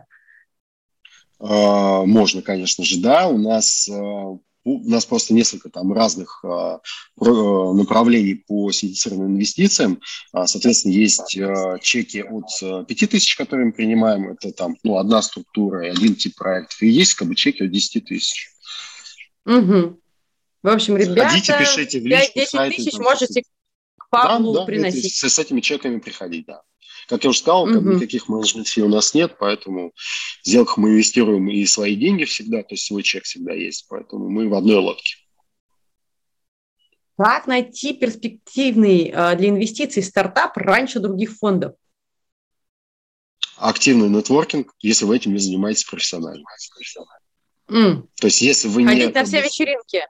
Можно, конечно же, да. У нас просто несколько там разных направлений по синдицированным инвестициям. Соответственно, есть чеки от 5000, которые мы принимаем. Это там одна структура и один тип проектов. И есть как бы чеки от 10 тысяч. В общем, ребята, ходите, пишите в личку, 5-10 тысяч можете к Павлу приносить. С этими чеками приходить, да. Как я уже сказал, как бы никаких менеджмент-фи у нас нет, поэтому в сделках мы инвестируем и свои деньги всегда, то есть свой чек всегда есть, поэтому мы в одной лодке. Как найти перспективный для инвестиций стартап раньше других фондов? Активный нетворкинг, если вы этим не занимаетесь профессионально. То есть если вы ходить на все вечеринки?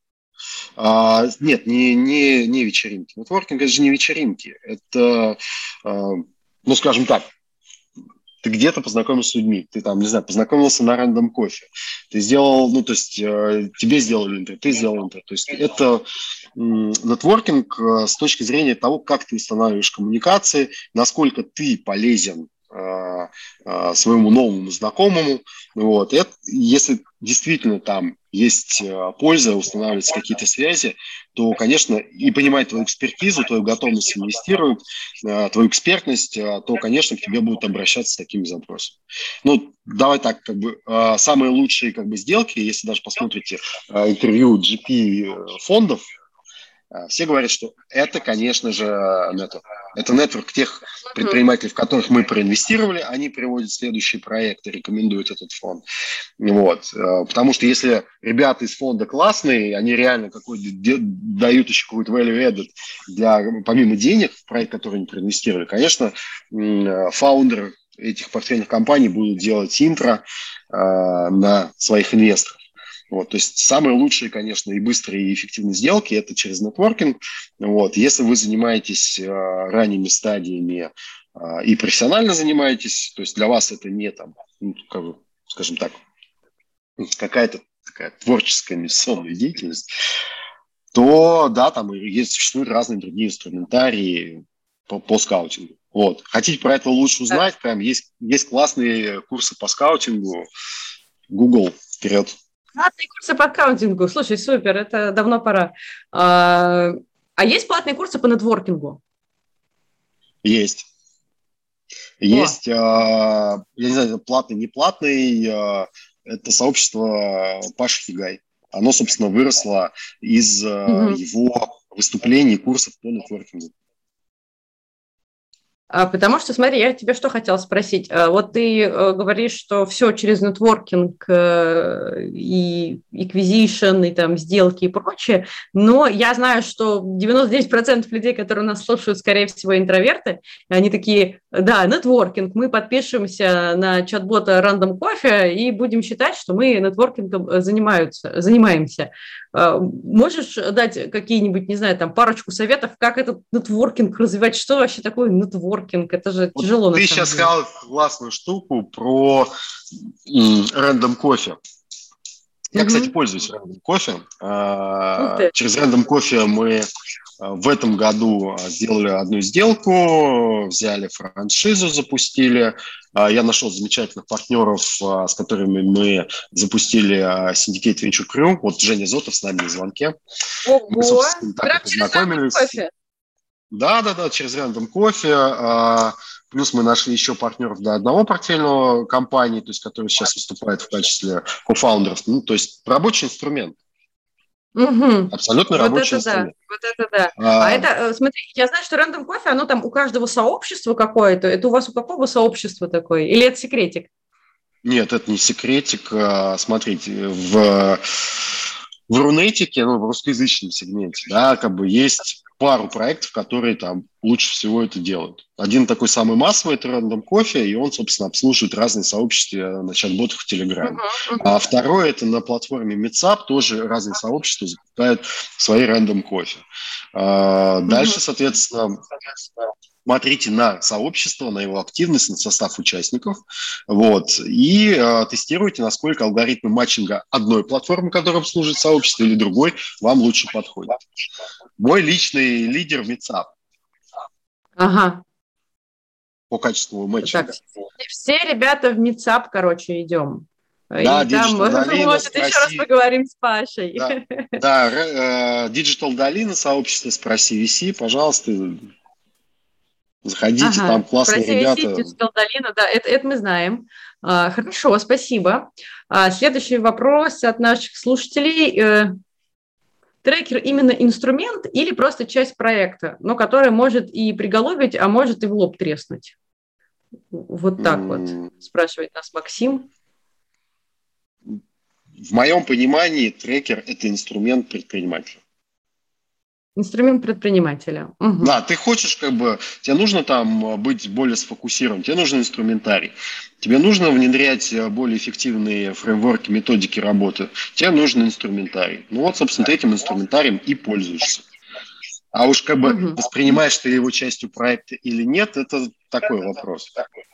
Нет, не вечеринки. Нетворкинг – это же не вечеринки. Это, скажем так, ты где-то познакомился с людьми, ты там, не знаю, познакомился на рандом кофе, ты сделал, тебе сделали интервью, ты сделал интервью. То есть это нетворкинг с точки зрения того, как ты устанавливаешь коммуникации, насколько ты полезен своему новому знакомому. Вот. Это, если действительно там есть польза, устанавливаются какие-то связи, то, конечно, и понимать твою экспертизу, твою готовность инвестировать, твою экспертность, то, конечно, к тебе будут обращаться с такими запросами. Давай так, как бы, самые лучшие как бы сделки, если даже посмотрите интервью GP фондов, все говорят, что это, конечно же, нетворк. Это нетворк тех предпринимателей, в которых мы проинвестировали, они приводят следующие проекты, рекомендуют этот фонд. Вот. Потому что если ребята из фонда классные, они реально дают еще какой-то value added помимо денег в проект, который они проинвестировали, конечно, фаундеры этих портфельных компаний будут делать интро на своих инвесторов. Вот, то есть самые лучшие, конечно, и быстрые, и эффективные сделки – это через нетворкинг. Вот, если вы занимаетесь ранними стадиями и профессионально занимаетесь, то есть для вас это не там, скажем так, какая-то такая творческая инвестиционная деятельность, то да, там существуют разные другие инструментарии по скаутингу. Вот. Хотите про это лучше узнать, прям есть классные курсы по скаутингу. Google, вперед. Платные курсы по аккаунтингу. Слушай, супер, это давно пора. А есть платные курсы по нетворкингу? Есть. Есть, я не знаю, платный, не платный, это сообщество Паши Хигай. оно, собственно, выросло из его выступлений и курсов по нетворкингу. Потому что, смотри, я тебе что хотела спросить. Вот ты говоришь, что все через нетворкинг и acquisition, и там сделки и прочее, но я знаю, что 99% людей, которые нас слушают, скорее всего, интроверты, они такие, да, нетворкинг, мы подпишемся на чат-бота Random Coffee и будем считать, что мы нетворкингом занимаемся. Можешь дать какие-нибудь, не знаю, там парочку советов, как этот нетворкинг развивать? Что вообще такое нетворкинг? Это же вот тяжело. Ты сейчас сказал классную штуку про Random Coffee. Я, кстати, пользуюсь Random Coffee. Через Random Coffee мы в этом году сделали одну сделку, взяли франшизу, запустили. Я нашел замечательных партнеров, с которыми мы запустили Syndicate Venture Crew. Вот Женя Зотов с нами на звонке. Ого! Мы, собственно, так познакомились. Да, через Random Coffee. Плюс мы нашли еще партнеров для одного портфельного компании, то есть, который сейчас выступает в качестве кофаундеров. Ну, то есть рабочий инструмент. Абсолютно рабочий инструмент. Вот это да. Это, смотри, я знаю, что Random Coffee, оно там у каждого сообщества какое-то. Это у вас у какого сообщества такое? Или это секретик? Нет, это не секретик. Смотрите, в Рунетике, в русскоязычном сегменте, да, как бы есть пару проектов, которые там лучше всего это делают. Один такой самый массовый – это Random Coffee, и он, собственно, обслуживает разные сообщества на чат-ботах в Телеграме. А второй – это на платформе Meetup, тоже разные сообщества запускают свои Random Coffee. Дальше, соответственно, смотрите на сообщество, на его активность, на состав участников, и тестируйте, насколько алгоритмы матчинга одной платформы, которая обслуживает сообщество, или другой, вам лучше подходит. Мой личный лидер в Meetup. Ага. По качеству матчинга. Так, все ребята в Meetup, идем. Да, и там, может, еще раз поговорим с Пашей. Да, Digital Dolina, сообщество «Спроси VC», пожалуйста, заходите, там классные ребята. Digital Dolina, да, это мы знаем. Хорошо, спасибо. Следующий вопрос от наших слушателей. Трекер именно инструмент или просто часть проекта, но который может и приголубить, а может и в лоб треснуть? Вот так вот спрашивает нас Максим. В моем понимании трекер – это инструмент предпринимателя. Инструмент предпринимателя. Да, ты хочешь, тебе нужно там быть более сфокусирован, тебе нужен инструментарий, тебе нужно внедрять более эффективные фреймворки, методики работы, тебе нужен инструментарий. Собственно, ты этим инструментарием и пользуешься. А уж воспринимаешь ты его частью проекта или нет, это такой вопрос.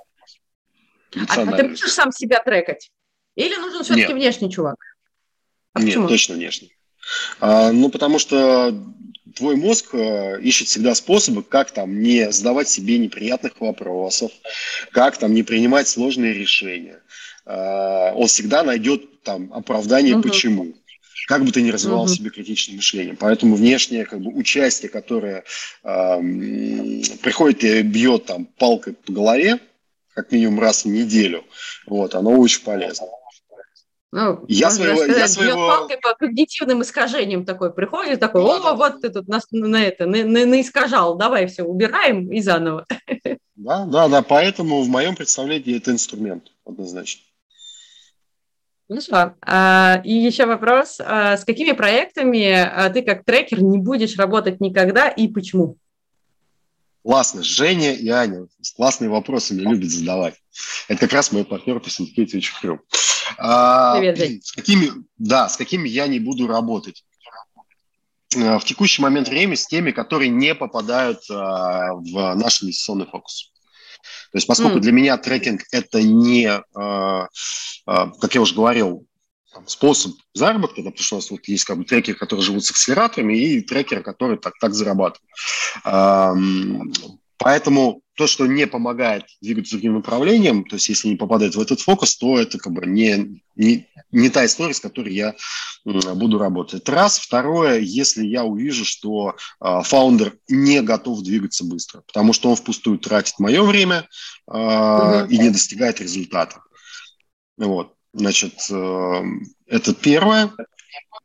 А ты можешь сам себя трекать? Или нужен все-таки внешний чувак? Нет, точно внешний. Потому что твой мозг ищет всегда способы, как там не задавать себе неприятных вопросов, как там не принимать сложные решения. Он всегда найдет там оправдание почему. Как бы ты ни развивал в себе критичное мышление. Поэтому внешнее участие, которое приходит и бьет там палкой по голове, как минимум раз в неделю, оно очень полезно. Я своего... палкой по когнитивным искажениям приходит, вот ты тут нас наискажал, давай все, убираем и заново. Да, поэтому в моем представлении это инструмент, однозначно. Хорошо. И еще вопрос, с какими проектами ты как трекер не будешь работать никогда и почему? Классно. Женя и Аня с классными вопросами любят задавать. Это как раз мой партнер по Syndicate Venture Crew. Привет, Жень. С какими я не буду работать? В текущий момент времени с теми, которые не попадают в наш инвестиционный фокус. То есть, поскольку для меня трекинг – это не, как я уже говорил, способ заработка, потому что у нас есть трекеры, которые живут с акселераторами, и трекеры, которые так зарабатывают. Поэтому то, что не помогает двигаться другим направлением, то есть если не попадает в этот фокус, то это не та история, с которой я буду работать. Это раз. Второе, если я увижу, что фаундер не готов двигаться быстро, потому что он впустую тратит мое время и не достигает результата. Значит, это первое.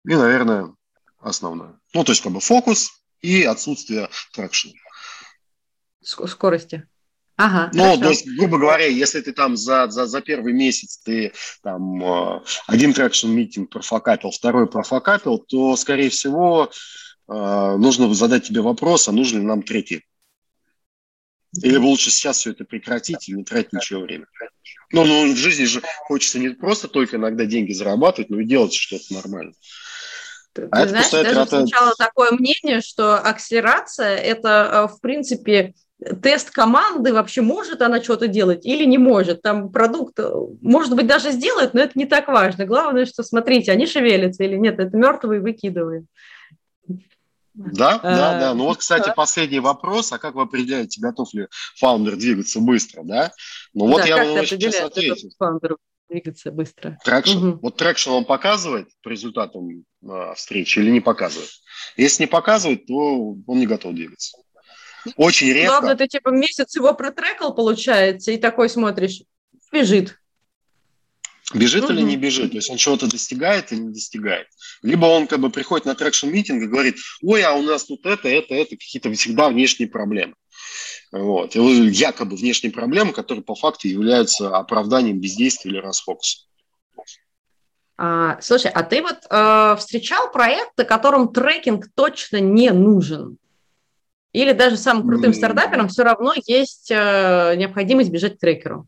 И, наверное, основное. Ну, то есть, как бы фокус и отсутствие трекшена. Скорости. Ага, Ну, то хорошо. есть, грубо говоря, если ты там за первый месяц ты там один трекшн митинг профокапил, второй профокапил, то, скорее всего, нужно задать тебе вопрос, а нужен ли нам третий. Или лучше сейчас все это прекратить и не тратить ничего времени. Ну, в жизни же хочется не просто только иногда деньги зарабатывать, но и делать что-то нормально. А Ты это знаешь, пустая даже трата. встречала такое мнение, что акселерация – это, в принципе, тест команды, вообще может она что-то делать или не может. Там продукт, может быть, даже сделает, но это не так важно. Главное, что, смотрите, они шевелятся или нет, это мертвые выкидываем. Да, да, да. Ну вот, кстати, последний вопрос. А как вы определяете, готов ли фаундер двигаться быстро, да? Ну вот Да, я как ты вам сейчас определяешь, готов ответил. фаундеру двигаться быстро? Трекшн. Угу. Вот трекшн он показывает по результатам встречи или не показывает? Если не показывает, то он не готов двигаться. Очень Главное, редко. ты типа месяц его протрекал, получается, и такой смотришь, бежит. Бежит или не Угу. бежит, то есть он чего-то достигает или не достигает. Либо он как бы приходит на трекшн-митинг и говорит, ой, а у нас тут это, какие-то всегда внешние проблемы. Вот. И якобы внешние проблемы, которые по факту являются оправданием бездействия или расфокуса. Слушай, а ты вот встречал проект, которым трекинг точно не нужен? Или даже самым крутым стартаперам все равно есть необходимость бежать к трекеру?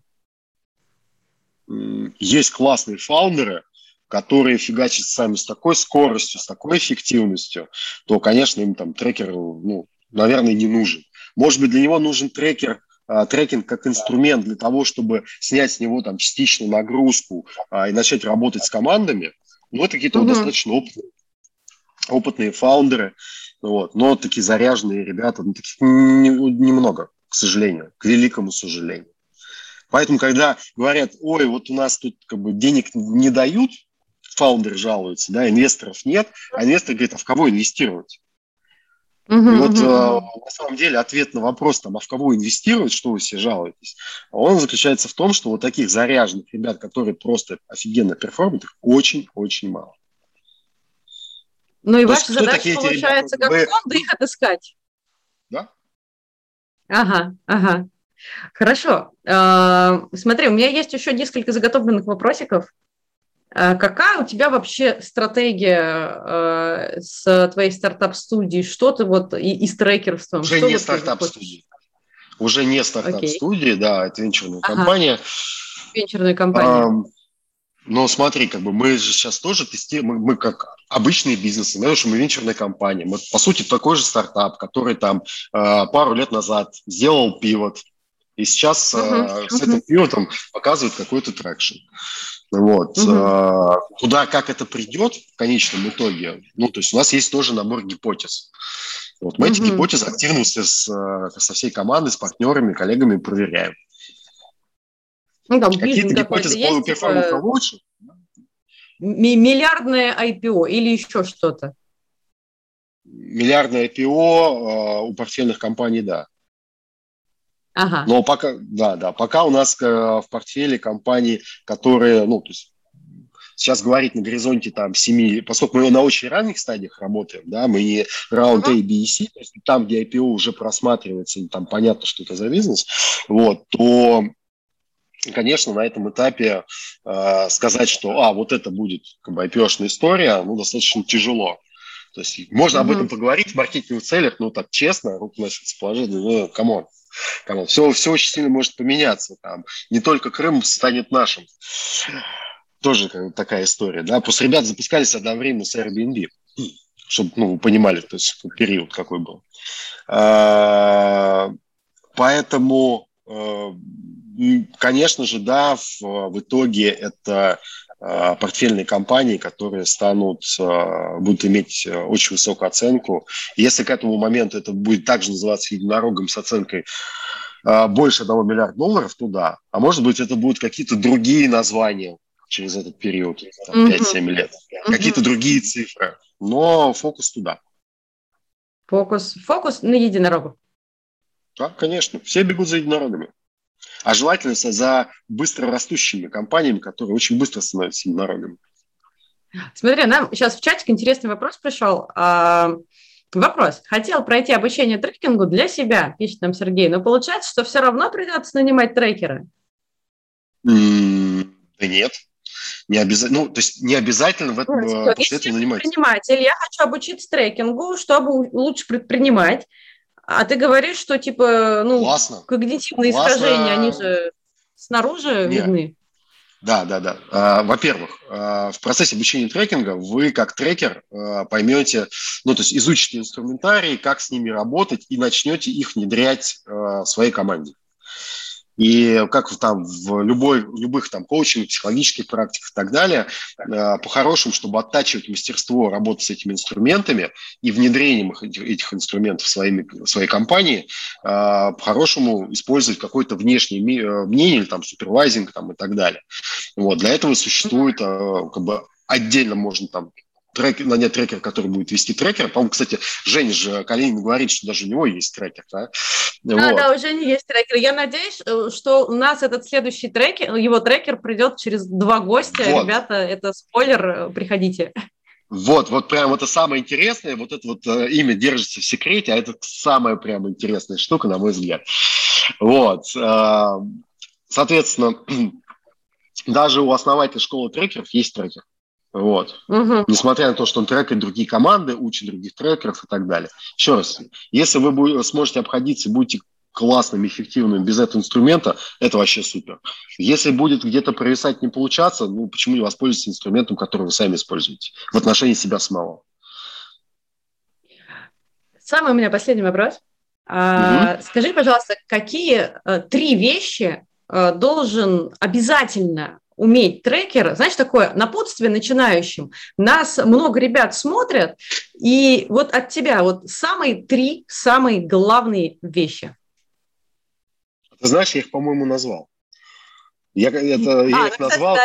Есть классные фаундеры, которые фигачат сами с такой скоростью, с такой эффективностью, то, конечно, им там трекер, ну, наверное, не нужен. Может быть, для него нужен трекинг как инструмент для того, чтобы снять с него там частичную нагрузку и начать работать с командами. Ну, это какие-то достаточно опытные фаундеры, вот, но такие заряженные ребята, ну, таких немного, к сожалению, к великому сожалению. Поэтому, когда говорят, ой, вот у нас тут как бы денег не дают, фаундеры жалуются, да, инвесторов нет, а инвестор говорит, а в кого инвестировать? И вот на самом деле ответ на вопрос, там, а в кого инвестировать, что вы все жалуетесь, он заключается в том, что вот таких заряженных ребят, которые просто офигенно перформят, их очень-очень мало. Ну и То есть ваша кто задача такие эти ребята? получается, как фонда, их отыскать. Да? Ага. Хорошо. Смотри, у меня есть еще несколько заготовленных вопросиков. Какая у тебя вообще стратегия с твоей стартап-студией? Что ты вот и с трекерством? Уже Что не вот ты хочешь? стартап-студия. Уже не Окей. стартап-студия, да, это венчурная Ага. компания. Венчурная компания. Но смотри, как бы мы же сейчас тоже тестируем, мы как обычные бизнесы, знаешь, что мы венчурная компания. Мы, по сути, такой же стартап, который там пару лет назад сделал пивот, и сейчас с этим пивотом показывает какой-то трекшн. Вот. Куда, как это придет в конечном итоге, ну, то есть у нас есть тоже набор гипотез. Вот мы эти гипотезы активно со всей командой, с партнерами, коллегами проверяем. Ну, там Какие-то вижен какой-то гипотезы есть, перформят типа лучше. миллиардное IPO или еще что-то? Миллиардное IPO у портфельных компаний, да. Ага. Но пока, пока у нас в портфеле компании, которые, ну, то есть сейчас говорить на горизонте там 7, поскольку мы на очень ранних стадиях работаем, да, мы не раунд A, B и C, то есть там, где IPO уже просматривается, там понятно, что это за бизнес, вот, то, конечно, на этом этапе сказать, что, вот это будет как бы IPO-шная история, ну, достаточно тяжело. То есть можно об этом поговорить в маркетинговых целях, но так честно, руку на сердце положить, ну, камон. Все очень сильно может поменяться. Там. Не только Крым станет нашим. Тоже такая история. Да? Просто ребята запускались одновременно с Airbnb, чтобы вы понимали, то есть период какой был. Поэтому, конечно же, да, в итоге это портфельные компании, которые будут иметь очень высокую оценку. Если к этому моменту это будет также называться единорогом с оценкой больше $1 миллиарда, то да. А может быть, это будут какие-то другие названия через этот период, 5-7 лет. Какие-то другие цифры. Но фокус туда. Фокус на единорогов. Да, конечно. Все бегут за единорогами. А желательно за быстро растущими компаниями, которые очень быстро становятся единорогами. Смотри, нам сейчас в чатик интересный вопрос пришел. Вопрос. Хотел пройти обучение трекингу для себя, пишет нам Сергей, но получается, что все равно придется нанимать трекера. Да нет. Не обязательно, ну, то есть не обязательно после этого нанимать. Предприниматель, я хочу обучиться трекингу, чтобы лучше предпринимать, а ты говоришь, что типа, когнитивные искажения, они же снаружи видны. Да. Во-первых, в процессе обучения трекинга вы как трекер поймете, то есть изучите инструментарий, как с ними работать и начнете их внедрять в своей команде. И как там в любых там коучинг, психологических практиках и так далее, по-хорошему, чтобы оттачивать мастерство работы с этими инструментами и внедрением этих инструментов в своей компании, по-хорошему использовать какое-то внешнее мнение или там супервайзинг там, и так далее. Вот. Для этого существует отдельно можно там нанять трекера, который будет вести трекер. По-моему, кстати, Женя же Калинин говорит, что даже у него есть трекер. Да, да, у Жени есть трекер. Я надеюсь, что у нас этот следующий трекер, его трекер придет через 2 гостя. Вот. Ребята, это спойлер, приходите. Вот прям это самое интересное, вот это вот имя держится в секрете, а это самая прям интересная штука, на мой взгляд. Вот. Соответственно, даже у основателя школы трекеров есть трекер. Вот. Несмотря на то, что он трекает другие команды, учит других трекеров и так далее. Еще раз, если вы сможете обходиться и будете классными, эффективными без этого инструмента, это вообще супер. Если будет где-то провисать, не получаться, почему не воспользоваться инструментом, который вы сами используете в отношении себя самого? Самый у меня последний вопрос. Скажи, пожалуйста, какие 3 вещи должен обязательно уметь трекер, знаешь, такое напутствие начинающим. Нас много ребят смотрят, и вот от тебя вот 3 самые главные вещи. Ты знаешь, я их, по-моему, назвал. Я их назвал,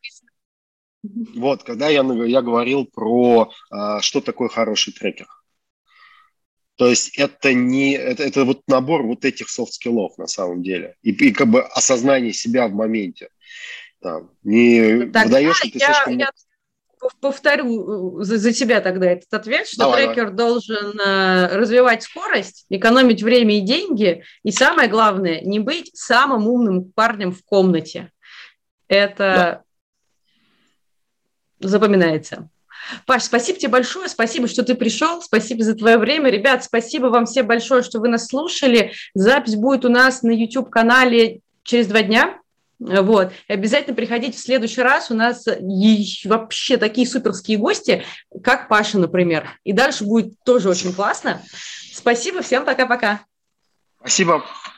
когда я говорил про что такое хороший трекер. То есть это вот набор вот этих софт-скиллов на самом деле. И как бы осознание себя в моменте. Выдаешь ли ты слишком... Я повторю за тебя тогда этот ответ, что трекер должен развивать скорость, экономить время и деньги, и самое главное, не быть самым умным парнем в комнате. Это запоминается. Паш, спасибо тебе большое, спасибо, что ты пришел, спасибо за твое время. Ребят, спасибо вам всем большое, что вы нас слушали. Запись будет у нас на YouTube-канале через 2 дня. Вот. И обязательно приходите в следующий раз. У нас вообще такие суперские гости, как Паша, например. И дальше будет тоже очень классно. Спасибо, всем пока-пока. Спасибо.